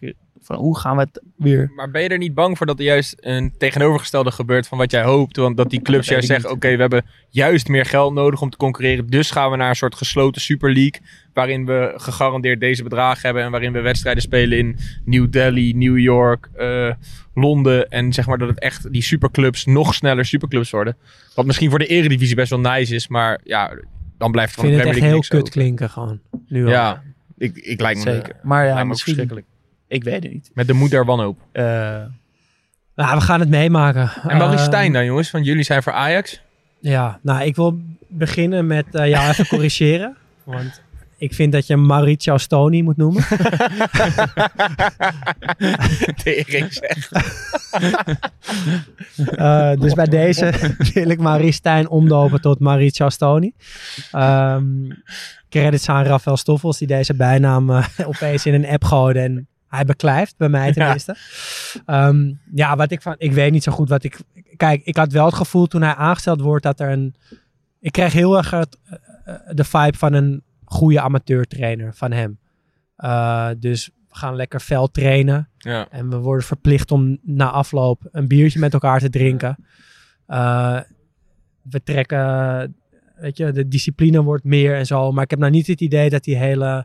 Van hoe gaan we het weer... Maar ben je er niet bang voor dat er juist een tegenovergestelde gebeurt van wat jij hoopt? Want dat die clubs juist zeggen, oké, okay, we hebben juist meer geld nodig om te concurreren. Dus gaan we naar een soort gesloten Super League. Waarin we gegarandeerd deze bedragen hebben. En waarin we wedstrijden spelen in New Delhi, New York, uh, Londen. En zeg maar dat het echt die superclubs nog sneller superclubs worden. Wat misschien voor de Eredivisie best wel nice is. Maar ja, dan blijft het van de Premier League niks. Ik vind het echt heel kut klinken gewoon. Nu ja, al. ik, ik lijkt me, Zeker. Maar ja, lijkt me misschien... verschrikkelijk. Ik weet het niet. Met de moed der wanhoop. Uh, nou, we gaan het meemaken. En Maurice uh, Stijn dan, jongens? Want jullie zijn voor Ajax. Ja, nou, ik wil beginnen met uh, jou even corrigeren. Want ik vind dat je Mauricio Stoney moet noemen. Tering zeg. uh, dus bij deze wil ik Maurice Stijn omdopen tot Mauricio Stoney. Um, Credits aan Rafael Stoffels, die deze bijnaam uh, opeens in een app gooide. En hij beklijft, bij mij tenminste. Ja, um, ja wat ik van... Ik weet niet zo goed wat ik... Kijk, ik had wel het gevoel toen hij aangesteld wordt dat er een... Ik kreeg heel erg het, uh, de vibe van een goede amateurtrainer van hem. Uh, dus we gaan lekker fel trainen. Ja. En we worden verplicht om na afloop een biertje met elkaar te drinken. Uh, we trekken... Weet je, de discipline wordt meer en zo. Maar ik heb nou niet het idee dat hij hele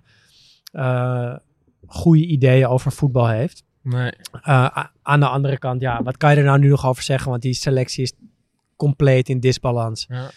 uh, goede ideeën over voetbal heeft. Nee. Uh, aan de andere kant, ja, wat kan je er nou nu nog over zeggen? Want die selectie is compleet in disbalans. Ja.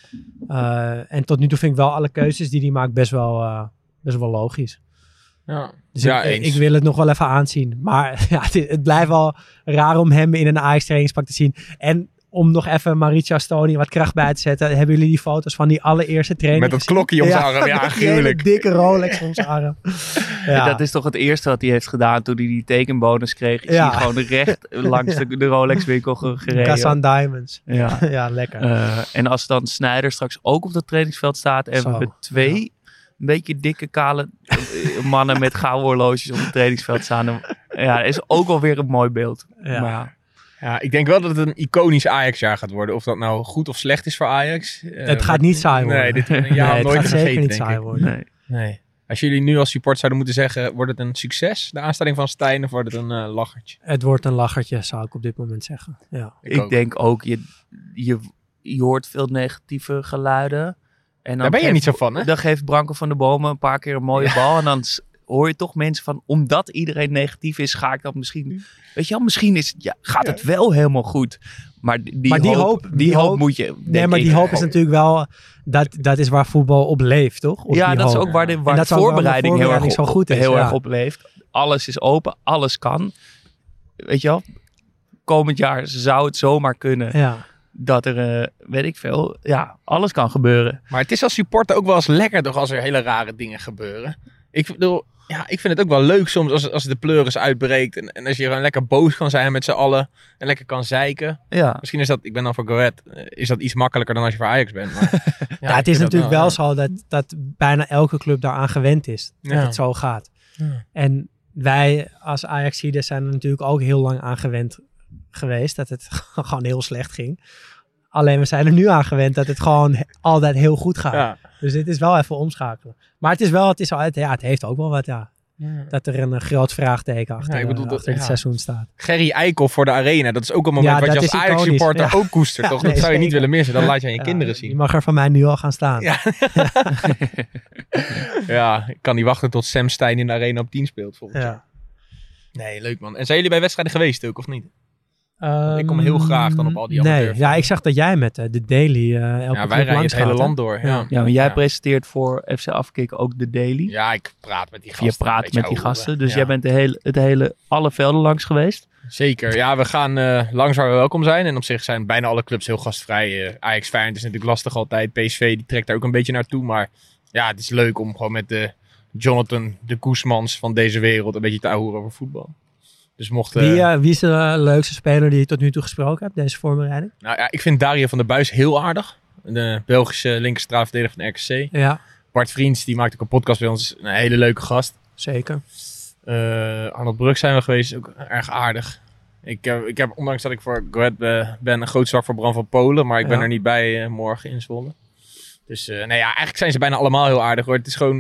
Uh, en tot nu toe vind ik wel alle keuzes die hij maakt best wel, uh, best wel logisch. Ja, dus ja, ik, ik wil het nog wel even aanzien. Maar ja, het, het blijft wel raar om hem in een Ajax trainingspak te zien. En... om nog even Mauricio Stoney wat kracht bij te zetten. Hebben jullie die foto's van die allereerste training met dat gezien? klokje om zijn arm. Ja, gruwelijk. Een dikke Rolex om zijn arm. Ja. Dat is toch het eerste wat hij heeft gedaan toen hij die tekenbonus kreeg. Is ja. hij gewoon recht langs de, de Rolex winkel gereden. Kazan Diamonds. Ja, ja lekker. Uh, en als dan Sneijder straks ook op dat trainingsveld staat. En Zo. we hebben twee ja. een beetje dikke kale mannen met gouden horloges op het trainingsveld staan. En, ja, dat is ook alweer een mooi beeld. Ja. Maar, Ja, ik denk wel dat het een iconisch Ajax-jaar gaat worden. Of dat nou goed of slecht is voor Ajax. Uh, het gaat niet saai worden. Nee, dit een jaar nee, nooit het gaat vergeten, zeker niet denk saai ik. worden. Nee. nee. Als jullie nu als support zouden moeten zeggen, wordt het een succes, de aanstelling van Stijn, of wordt het een uh, lachertje? Het wordt een lachertje, zou ik op dit moment zeggen. Ja. Ik, ik ook. denk ook, je, je, je hoort veel negatieve geluiden. En dan Daar ben je geeft, niet zo van, hè? Dan geeft Branko van der Bomen een paar keer een mooie ja. bal. En dan hoor je toch mensen van, omdat iedereen negatief is, ga ik dat misschien... Weet je wel, misschien is, ja, gaat het wel helemaal goed. Maar die, maar die hoop, hoop, die die hoop, hoop moet je... Nee, maar ik, die hoop is natuurlijk wel... Dat, dat is waar voetbal op leeft, toch? Op ja, dat hoop. is ook waar de, waar de voorbereiding, voorbereiding heel, erg, zo goed is, heel ja. erg op leeft. Alles is open, alles kan. Weet je wel? Komend jaar zou het zomaar kunnen... Ja. Dat er, uh, weet ik veel, ja, alles kan gebeuren. Maar het is als supporter ook wel eens lekker toch als er hele rare dingen gebeuren. Ik bedoel, ja, ik vind het ook wel leuk soms als, als de pleuris uitbreekt. En, en als je gewoon lekker boos kan zijn met z'n allen. En lekker kan zeiken. Ja. Misschien is dat, ik ben dan voor Go Ahead, is dat iets makkelijker dan als je voor Ajax bent. Maar, ja, ja, het is natuurlijk wel, wel zo dat, dat bijna elke club daaraan gewend is. Dat ja. het zo gaat. Ja. En wij als Ajaxiden zijn er natuurlijk ook heel lang aan gewend geweest. Dat het gewoon heel slecht ging. Alleen we zijn er nu aan gewend dat het gewoon altijd heel goed gaat. Ja. Dus dit is wel even omschakelen. Maar het is wel, het is al, ja, het heeft ook wel wat, ja. ja. Dat er een, een groot vraagteken achter, ja, ik bedoel, uh, achter dat, het ja. seizoen staat. Gerry Eikhoff voor de arena. Dat is ook een moment ja, wat je als Ajax-supporter ja. ook koestert, toch? Ja, nee, dat zou je niet willen missen. Dat laat je aan je ja, kinderen zien. Die mag er van mij nu al gaan staan. Ja. ja, ik kan niet wachten tot Sam Stein in de arena op tien speelt, volgens mij. Ja. Nee, leuk man. En zijn jullie bij wedstrijden geweest ook, of niet? Um, ik kom heel graag dan op al die Nee, ja, ik zag dat jij met uh, de Daily uh, elke ja, wij rijden het hele land door. Ja, ja, ja maar jij ja. presenteert voor F C Afkikken ook de Daily. Ja, ik praat met die gasten. Je praat met die gasten, dus ja. jij bent de hele, het hele, alle velden langs geweest. Zeker, ja, we gaan uh, langs waar we welkom zijn. En op zich zijn bijna alle clubs heel gastvrij. Uh, Ajax Feyenoord is natuurlijk lastig altijd. P S V die trekt daar ook een beetje naartoe. Maar ja, het is leuk om gewoon met de Jonathan, de Koesmans van deze wereld een beetje te ouwen over voetbal. Dus mocht, uh, wie, uh, wie is de uh, leukste speler die je tot nu toe gesproken hebt, deze voorbereiding? Nou ja, ik vind Dario van der Buis heel aardig. De Belgische linkerstrafverdediger van de R K C. Ja. Bart Vriends, die maakt ook een podcast bij ons. Een hele leuke gast. Zeker. Uh, Arnold Brug zijn we geweest, ook erg aardig. Ik, uh, ik heb, ondanks dat ik voor Go Ahead uh, ben, een groot zwak voor Bram van Polen. Maar ik ben ja. er niet bij uh, morgen in Zwolle. Dus uh, nee, ja, eigenlijk zijn ze bijna allemaal heel aardig hoor. Het is gewoon...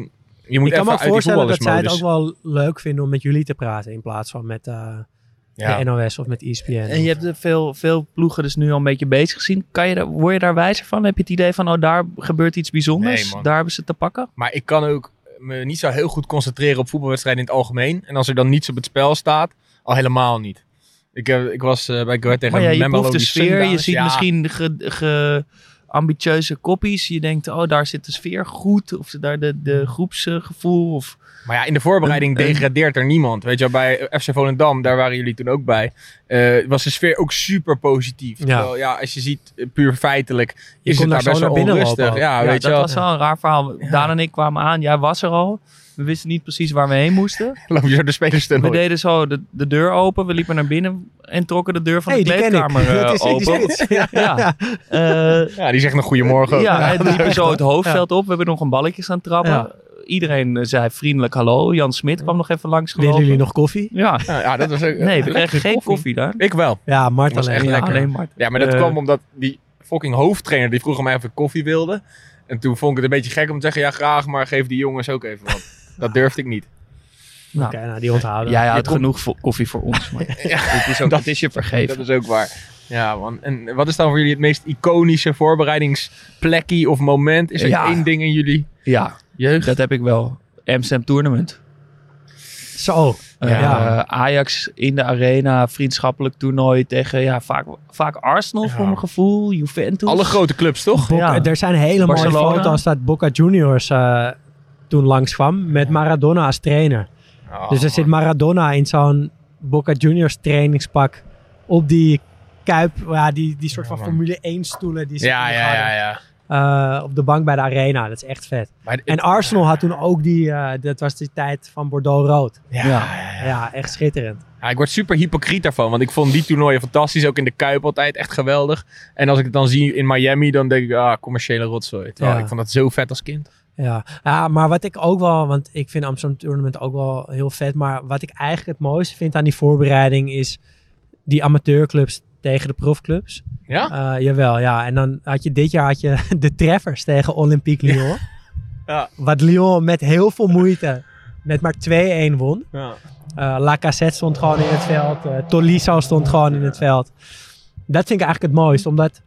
Je moet ik kan me even ook uit die voorstellen dat zij het ook voetballersmodus. wel leuk vinden om met jullie te praten in plaats van met uh, Ja. de N O S of met E S P N. En je hebt er veel, veel ploegen dus nu al een beetje bezig gezien. Kan je daar, word je daar wijzer van? Heb je het idee van, oh, daar gebeurt iets bijzonders? Nee, man. Daar hebben ze het te pakken? Maar ik kan ook me niet zo heel goed concentreren op voetbalwedstrijden in het algemeen. En als er dan niets op het spel staat, al helemaal niet. Ik, heb, ik was uh, bij Go Ahead tegen Maar ja, je Mamelodi proeft de sfeer. Je Sundowns. ziet Ja. misschien ge, ge, ambitieuze koppies. Je denkt, oh, daar zit de sfeer goed. Of daar de, de groepsgevoel. Of... Maar ja, in de voorbereiding Een- een- degradeert er niemand. Weet je wel, bij F C Volendam, daar waren jullie toen ook bij, uh, was de sfeer ook super positief. Ja. Terwijl, ja, als je ziet, uh, puur feitelijk, Je is kon het daar daar zo best wel naar binnen onrustig. lopen ook. Ja, Ja, weet je dat wel. was wel een raar verhaal. Daan en ik kwamen aan. Jij was er al. We wisten niet precies waar we heen moesten. Loop je zo de spelerstunnel. We deden zo de, de deur open. We liepen naar binnen en trokken de deur van Hey, de die ken ik. kleedkamer uh, Dat is die open. spits. Ja. Ja. Uh, Ja, die zegt nog goedemorgen ook. ja, en we liepen echt zo hoor. het hoofdveld op. We hebben nog een balletje aan trappen. Ja. Iedereen uh, zei vriendelijk hallo. Jan Smit kwam nog even langs Willen gelopen. jullie nog koffie? Ja. Ja, ja, dat was ook, Nee, we lekkere kregen geen koffie daar. Ik wel. Ja, Mart Was alleen. echt Ja. lekker. alleen maar. Ja, maar dat Eh, kwam omdat die fucking hoofdtrainer, die vroeg aan mij of ik koffie wilde. En toen vond ik het een beetje gek om te zeggen, ja graag, maar geef die jongens ook even wat. Dat durfde ik niet. Nou, Oké, nou die onthouden. jij Je houdt komt- genoeg vo- koffie voor ons. Maar Ja, het, is ook, het is je vergeven. dat is ook waar. Ja, man. En wat is dan voor jullie het meest iconische voorbereidingsplekje of moment? Is er Ja. één ding in jullie Ja, jeugd? dat heb ik wel. Amsterdam Tournament. Zo. Uh, Ja. Ajax in de arena, vriendschappelijk toernooi tegen ja, vaak, vaak Arsenal Ja. voor mijn gevoel, Juventus. Alle grote clubs, toch? Boca- Ja. Er zijn hele Barcelona. mooie foto's dat Boca Juniors uh, toen langskwam met Maradona als trainer. Oh, Dus er zit Maradona in zo'n Boca Juniors trainingspak op die kuip, ja, die, die soort Ja, van man. Formule één stoelen die ze ja, toen ja, hadden, ja, ja. uh, op de bank bij de arena. Dat is echt vet. Maar het- En Arsenal had toen ook die, uh, dat was die tijd van Bordeaux-rood. ja, Ja. ja, ja. Ja, echt schitterend. Ja, ik word super hypocriet daarvan, want ik vond die toernooien fantastisch. Ook in de Kuip altijd echt geweldig. En als ik het dan zie in Miami, dan denk ik, ah, commerciële rotzooi. Terwijl Ja. ik vond dat zo vet als kind. Ja. ja, maar wat ik ook wel, want ik vind Amsterdam Tournament ook wel heel vet. Maar wat ik eigenlijk het mooiste vind aan die voorbereiding is die amateurclubs tegen de profclubs. Ja? Uh, jawel, ja. En dan had je dit jaar had je de treffers tegen Olympique Lyon. Ja. Wat Lyon met heel veel moeite met maar twee-een won. Ja. Uh, Lacazette stond gewoon in het veld. Uh, Tolisso stond gewoon in het veld. Dat vind ik eigenlijk het mooiste. Omdat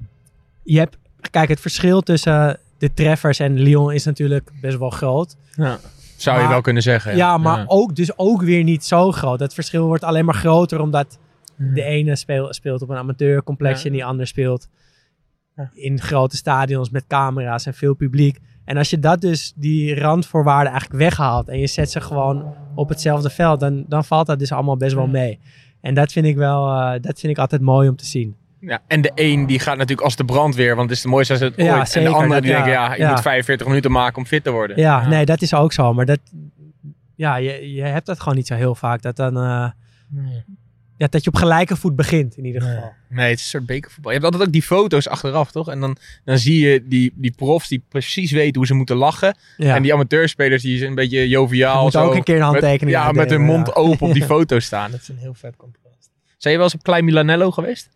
je hebt... Kijk, het verschil tussen de treffers en Lyon is natuurlijk best wel groot. Ja. Zou je Maar- wel kunnen zeggen. Ja, maar Ook, dus ook weer niet zo groot. Het verschil wordt alleen maar groter omdat de ene speel, speelt op een amateurcomplexje Ja. en die ander speelt Ja. in grote stadions met camera's en veel publiek. En als je dat dus, die randvoorwaarden eigenlijk weghaalt en je zet ze gewoon op hetzelfde veld, dan, dan valt dat dus allemaal best wel mee. En dat vind ik wel, uh, dat vind ik altijd mooi om te zien. Ja, en de een die gaat natuurlijk als de brandweer, want het is de mooiste als het Ja, ooit. zeker, en de andere dat- die ja, denken, ja, ik ja. moet vijfenveertig minuten maken om fit te worden. Ja, nee, dat is ook zo. Maar dat, ja, je, je hebt dat gewoon niet zo heel vaak. Dat dan, uh, Nee. ja, dat je op gelijke voet begint in ieder geval. Nee, het is een soort bekervoetbal. Je hebt altijd ook die foto's achteraf, toch? En dan, dan zie je die, die profs die precies weten hoe ze moeten lachen. Ja. En die amateurspelers die zijn een beetje joviaal. Je moet zo, ook een keer een handtekening met, Ja, uitdelen, met hun mond ja. open op die foto staan. Dat is een heel vet contrast. Zijn je wel eens op Klein Milanello geweest?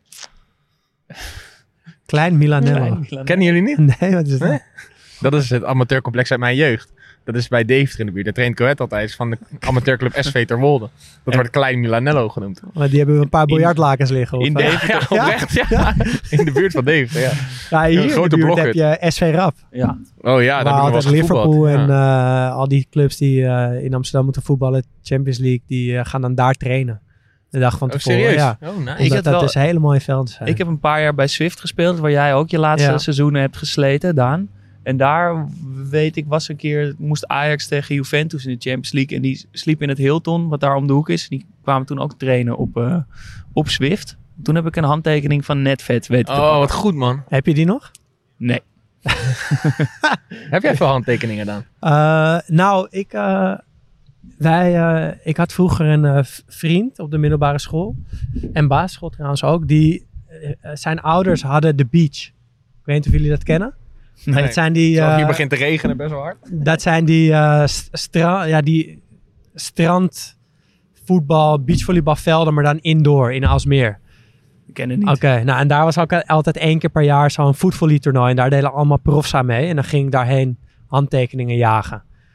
Klein Milanello. Kennen jullie niet? Nee, wat is dat? Nee? Dat is het amateurcomplex uit mijn jeugd. Dat is bij Deventer in de buurt. Daar traint Coët altijd van de amateurclub S V Terwolde. Dat wordt Klein Milanello genoemd. Maar die hebben een paar biljartlakens liggen. Of, in uh, Deventer. Ja, oprecht, ja. In de buurt van Deventer, ja. ja, hier een in grote de buurt blokhut. heb je S V Rap. Ja. Oh ja, daar waar heb ik nog wel altijd eens Liverpool gevoetbald. en Ja. uh, al die clubs die uh, in Amsterdam moeten voetballen, Champions League, die uh, gaan dan daar trainen. De dag van Oh, tevoren. serieus? Ja. Oh, nice. Ik Omdat heb dat wel- dus hele mooie velden zijn. Ik heb een paar jaar bij Swift gespeeld, waar jij ook je laatste Ja. seizoenen hebt gesleten, Daan. En daar weet ik, was een keer, moest Ajax tegen Juventus in de Champions League. En die sliep in het Hilton, wat daar om de hoek is. Die kwamen toen ook trainen op, uh, op Swift. Toen heb ik een handtekening van Netvet weten te Oh, pakken. wat goed, man. Heb je die nog? Nee. Heb jij veel handtekeningen dan? Uh, nou, ik, uh, wij, uh, ik had vroeger een uh, v- vriend op de middelbare school. En basisschool trouwens ook. Die, uh, zijn ouders hadden de beach. Ik weet niet of jullie dat kennen. Nee. Dat zijn die... Zoals uh, hier begint te regenen best wel hard. Dat zijn die, uh, st- stra- ja, die strandvoetbal, beachvolleybalvelden, maar dan indoor in Aalsmeer. Ik ken het niet. Oké, nou en daar was ook altijd één keer per jaar zo'n voetvolleytoernooi. En daar deden allemaal profs aan mee. En dan ging ik daarheen handtekeningen jagen.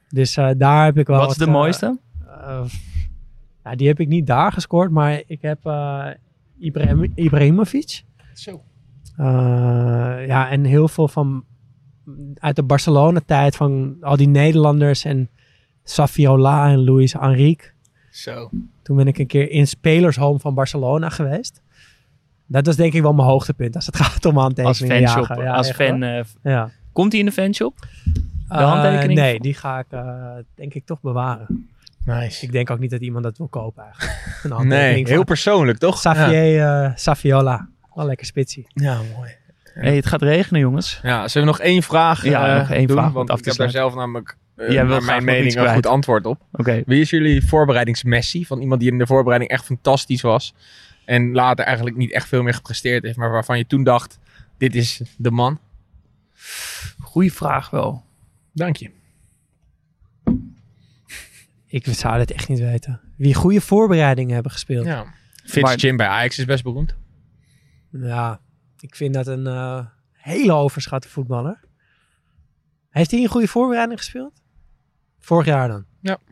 Dus uh, daar heb ik wel... Wat is de uh, mooiste? Uh, ja, die heb ik niet daar gescoord, maar ik heb uh, Ibrahim, Ibrahimovic. Zo. Uh, ja, en heel veel van uit de Barcelona-tijd van al die Nederlanders en Saviola en Luis Enrique. Zo. Toen ben ik een keer in spelershome van Barcelona geweest. Dat was denk ik wel mijn hoogtepunt als het gaat om handtekeningen Als fanshop, jagen. Ja, als echt, fan. Uh, ja. Komt hij in de fanshop? De Uh, handtekening? nee, die ga ik uh, denk ik toch bewaren. Nice. Ik denk ook niet dat iemand dat wil kopen eigenlijk. Een Nee, handtekening heel van persoonlijk, toch? Xavier uh, Saviola. Wel lekker spitsie. Ja, mooi. Hey, het gaat regenen, jongens. Ja, zullen we nog één vraag Ja, uh, nog één doen? vraag om Want af ik te heb daar sluiten. zelf namelijk uh, Jij wil naar graag mijn nog iets mening een kwijt. goed antwoord op. Oké. Okay. Wie is jullie voorbereidingsmessie? Van iemand die in de voorbereiding echt fantastisch was. En later eigenlijk niet echt veel meer gepresteerd heeft. Maar waarvan je toen dacht, dit is de man. Goeie vraag wel. Dank je. Ik zou het echt niet weten. Wie goede voorbereidingen hebben gespeeld. Ja, Ja. Fitz Jim bij Ajax is best beroemd. ja ik vind dat een uh, hele overschatte voetballer. Heeft hij een goede voorbereiding gespeeld? Vorig jaar dan?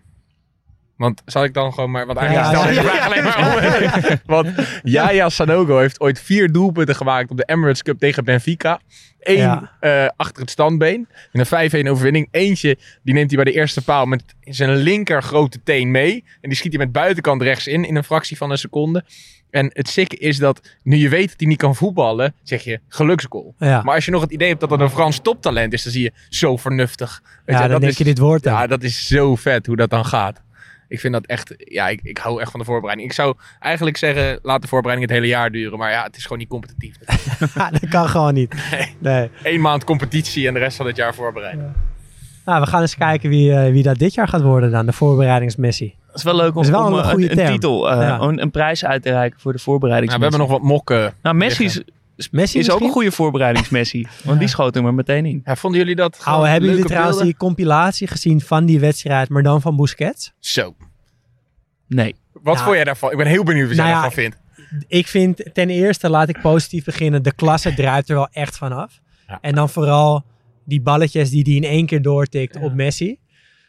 Want zal ik dan gewoon maar... Want Ja, eigenlijk stel ja, ik de ja, vraag ja. alleen maar om. Want Yaya Sanogo heeft ooit vier doelpunten gemaakt op de Emirates Cup tegen Benfica. Eén Ja. uh, achter het standbeen. In een vijf-een overwinning. Eentje, die neemt hij bij de eerste paal met zijn linker grote teen mee. En die schiet hij met buitenkant rechts in, in een fractie van een seconde. En het sikke is dat, nu je weet dat hij niet kan voetballen, zeg je geluksgoal. Ja, Maar als je nog het idee hebt dat dat een Frans toptalent is, dan zie je zo vernuftig. Weet ja je, dan dat denk is, je dit woord Ja, aan. dat is zo vet hoe dat dan gaat. Ik vind dat echt... Ja, ik, ik hou echt van de voorbereiding. Ik zou eigenlijk zeggen, laat de voorbereiding het hele jaar duren. Maar ja, het is gewoon niet competitief. Ja, dat kan gewoon niet. Nee. Nee. Eén maand competitie en de rest van het jaar voorbereiden. Nou, we gaan eens kijken wie, uh, wie dat dit jaar gaat worden dan. De voorbereidingsmissie. Het is wel leuk om, is wel om een een, goede een, term. titel, uh, Ja. een, een prijs uit te reiken voor de Nou, voorbereidingsmissie. we hebben nog wat mokken. Nou, Messi is, Messi is ook misschien? een goede voorbereidingsmissie. Want die schoot hem er meteen in. Ja, vonden jullie dat? Ouwe, hebben jullie leuke trouwens beelden? die compilatie gezien van die wedstrijd, maar dan van Busquets? Zo. Nee. Wat Ja. vond jij daarvan? Ik ben heel benieuwd wat Nou jij ja, daarvan vindt. Ik vind, ten eerste, laat ik positief beginnen, de klasse druipt er wel echt vanaf. Ja. En dan vooral die balletjes die hij in één keer doortikt op Messi.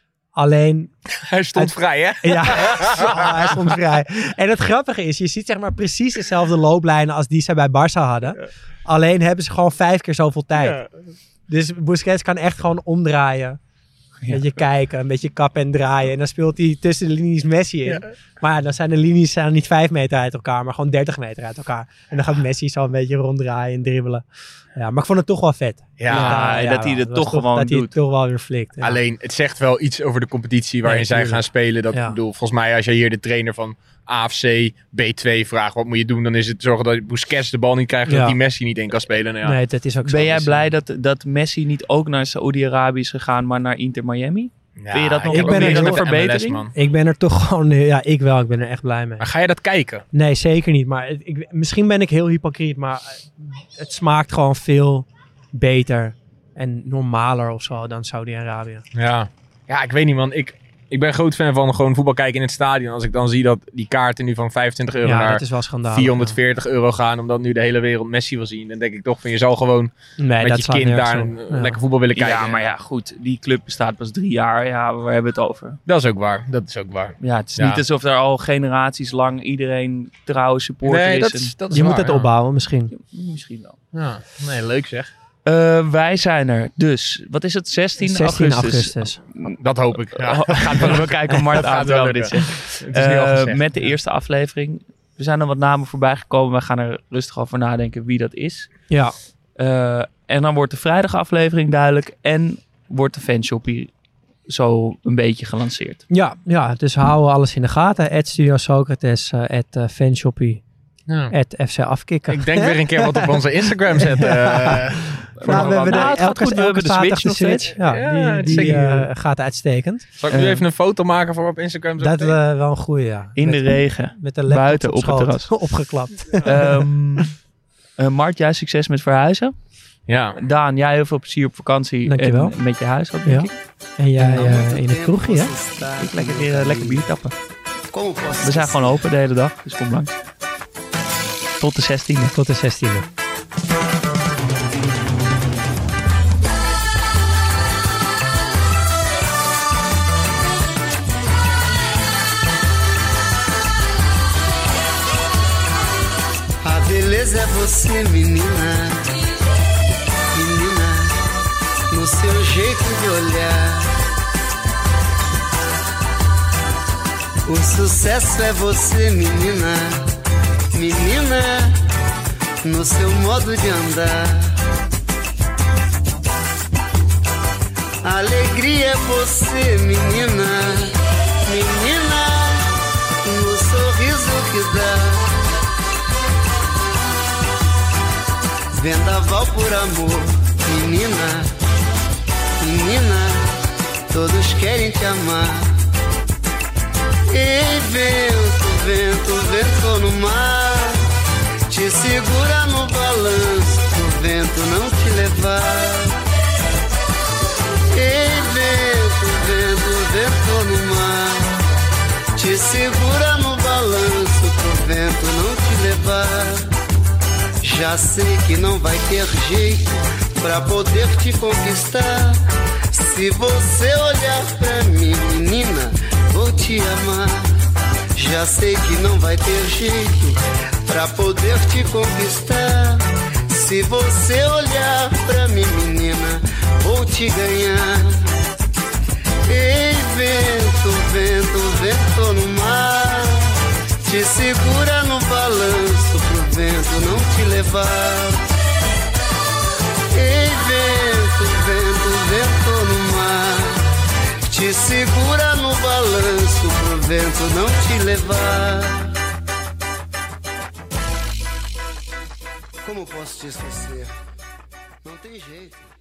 Alleen, Hij stond uit- vrij, hè? ja, zo, hij stond vrij. En het grappige is, je ziet zeg maar precies dezelfde looplijnen als die ze bij Barça hadden. Alleen hebben ze gewoon vijf keer zoveel tijd. Ja. Dus Busquets kan echt gewoon omdraaien. Een beetje kijken, een beetje kappen en draaien. En dan speelt hij tussen de linies Messi in. Ja. Maar ja, dan zijn de linies zijn niet vijf meter uit elkaar, maar gewoon dertig meter uit elkaar. En dan gaat Messi zo een beetje ronddraaien en dribbelen. Ja, maar ik vond het toch wel vet. Ja, en dat hij het was toch gewoon Dat hij doet. het toch wel weer flikt. Ja. Alleen, het zegt wel iets over de competitie waarin Nee, zij tuurlijk. gaan spelen. Dat, Ja. ik bedoel, volgens mij als je hier de trainer van A F C B twee vraagt, wat moet je doen? Dan is het zorgen dat Busquets de bal niet krijgt, Ja. dat die Messi niet in kan spelen. Nou ja. Nee, dat is ook zo. Ben jij Dus, blij dat, dat Messi niet ook naar Saoedi-Arabië is gegaan, maar naar Inter Miami? Ja, Vind je dat nog ik heb ben ook er niks heel- met de verbetering? M L S, man. Ik ben er toch gewoon, ja, ik wel. Ik ben er echt blij mee. Maar ga je dat kijken? Nee, zeker niet. Maar het- ik, misschien ben ik heel hypocriet, maar het smaakt gewoon veel beter en normaler of zo dan Saudi-Arabië. Ja. Ja, ik weet niet, man. Ik, ik ben groot fan van gewoon voetbal kijken in het stadion. Als ik dan zie dat die kaarten nu van vijfentwintig euro Ja, naar dat is wel schandalig. vierhonderdveertig euro gaan, omdat nu de hele wereld Messi wil zien. Dan denk ik toch van, je zal gewoon ja. Nee, met dat je slaat kind nergens daar op. een, Ja. lekker voetbal willen kijken. Ja, maar ja, goed. Die club bestaat pas drie jaar. Ja, waar hebben we het over? Dat is ook waar. Dat is ook waar. Ja, het is Ja. niet alsof er al generaties lang iedereen trouwe supporter Nee, is. dat en- is, dat is Je waar, moet het ja. opbouwen misschien. Misschien wel. Ja. Nee, leuk zeg. Uh, wij zijn er dus. Wat is het? zestien, zestien augustus. augustus. Dat hoop ik. Ja. Oh, gaat wel, we kijken Mart Dat aan gaat terwijl wel we dit lukken. zeggen. Het is nu al Uh, gezegd. met de eerste aflevering. Er zijn er wat namen voorbij gekomen. We gaan er rustig over nadenken wie dat is. Ja. Uh, en dan wordt de vrijdagaflevering duidelijk. En wordt de fanshoppie zo een beetje gelanceerd. Ja, ja, dus we houden alles in de gaten. At Studio Socrates, uh, at uh, Fanshoppie, Ja. at F C Afkikken. Ik denk weer een keer wat op onze Instagram zetten. Uh, Nou, we hebben Nou, de, het gaat elke, goed. We elke hebben de zaterdag Switch de nog Switch. steeds. Ja, Ja, die, die zeker. uh, gaat uitstekend. Zal ik nu Uh, even een foto maken voor op Instagram? Zo Dat is meteen? wel een goeie, ja. In met, de regen. met de laptop buiten op het schoot, terras. opgeklapt. um, uh, Mart, jij succes met verhuizen. Ja. Daan, jij heel veel plezier op vakantie. Dankjewel. En met je huis, ook, denk Ja. ik. En jij uh, in het kroegje, hè? Ik lekker weer uh, lekker bier tappen. Como posso We zijn gewoon open de hele dag, dus kom langs. Tot de zestiende. Tot de zestiende. vez é você, menina, menina, no seu jeito de olhar. O sucesso é você, menina, menina, no seu modo de andar. A alegria é você, menina, menina, no sorriso que dá. Vendaval por amor, menina, menina, todos querem te amar. Ei, vento, vento, vento no mar, te segura no balanço, pro vento não te levar. Ei, vento, vento, vento no mar, te segura no balanço, pro vento não te levar. Já sei que não vai ter jeito pra poder te conquistar. Se você olhar pra mim, menina, vou te amar. Já sei que não vai ter jeito pra poder te conquistar. Se você olhar pra mim, menina, vou te ganhar. Ei, vento, vento, vento no mar, te segura no balanço, pro vento não te levar. Ei, vento, vento, vento no mar, te segura no balanço, pro vento não te levar. Como posso te esquecer? Não tem jeito.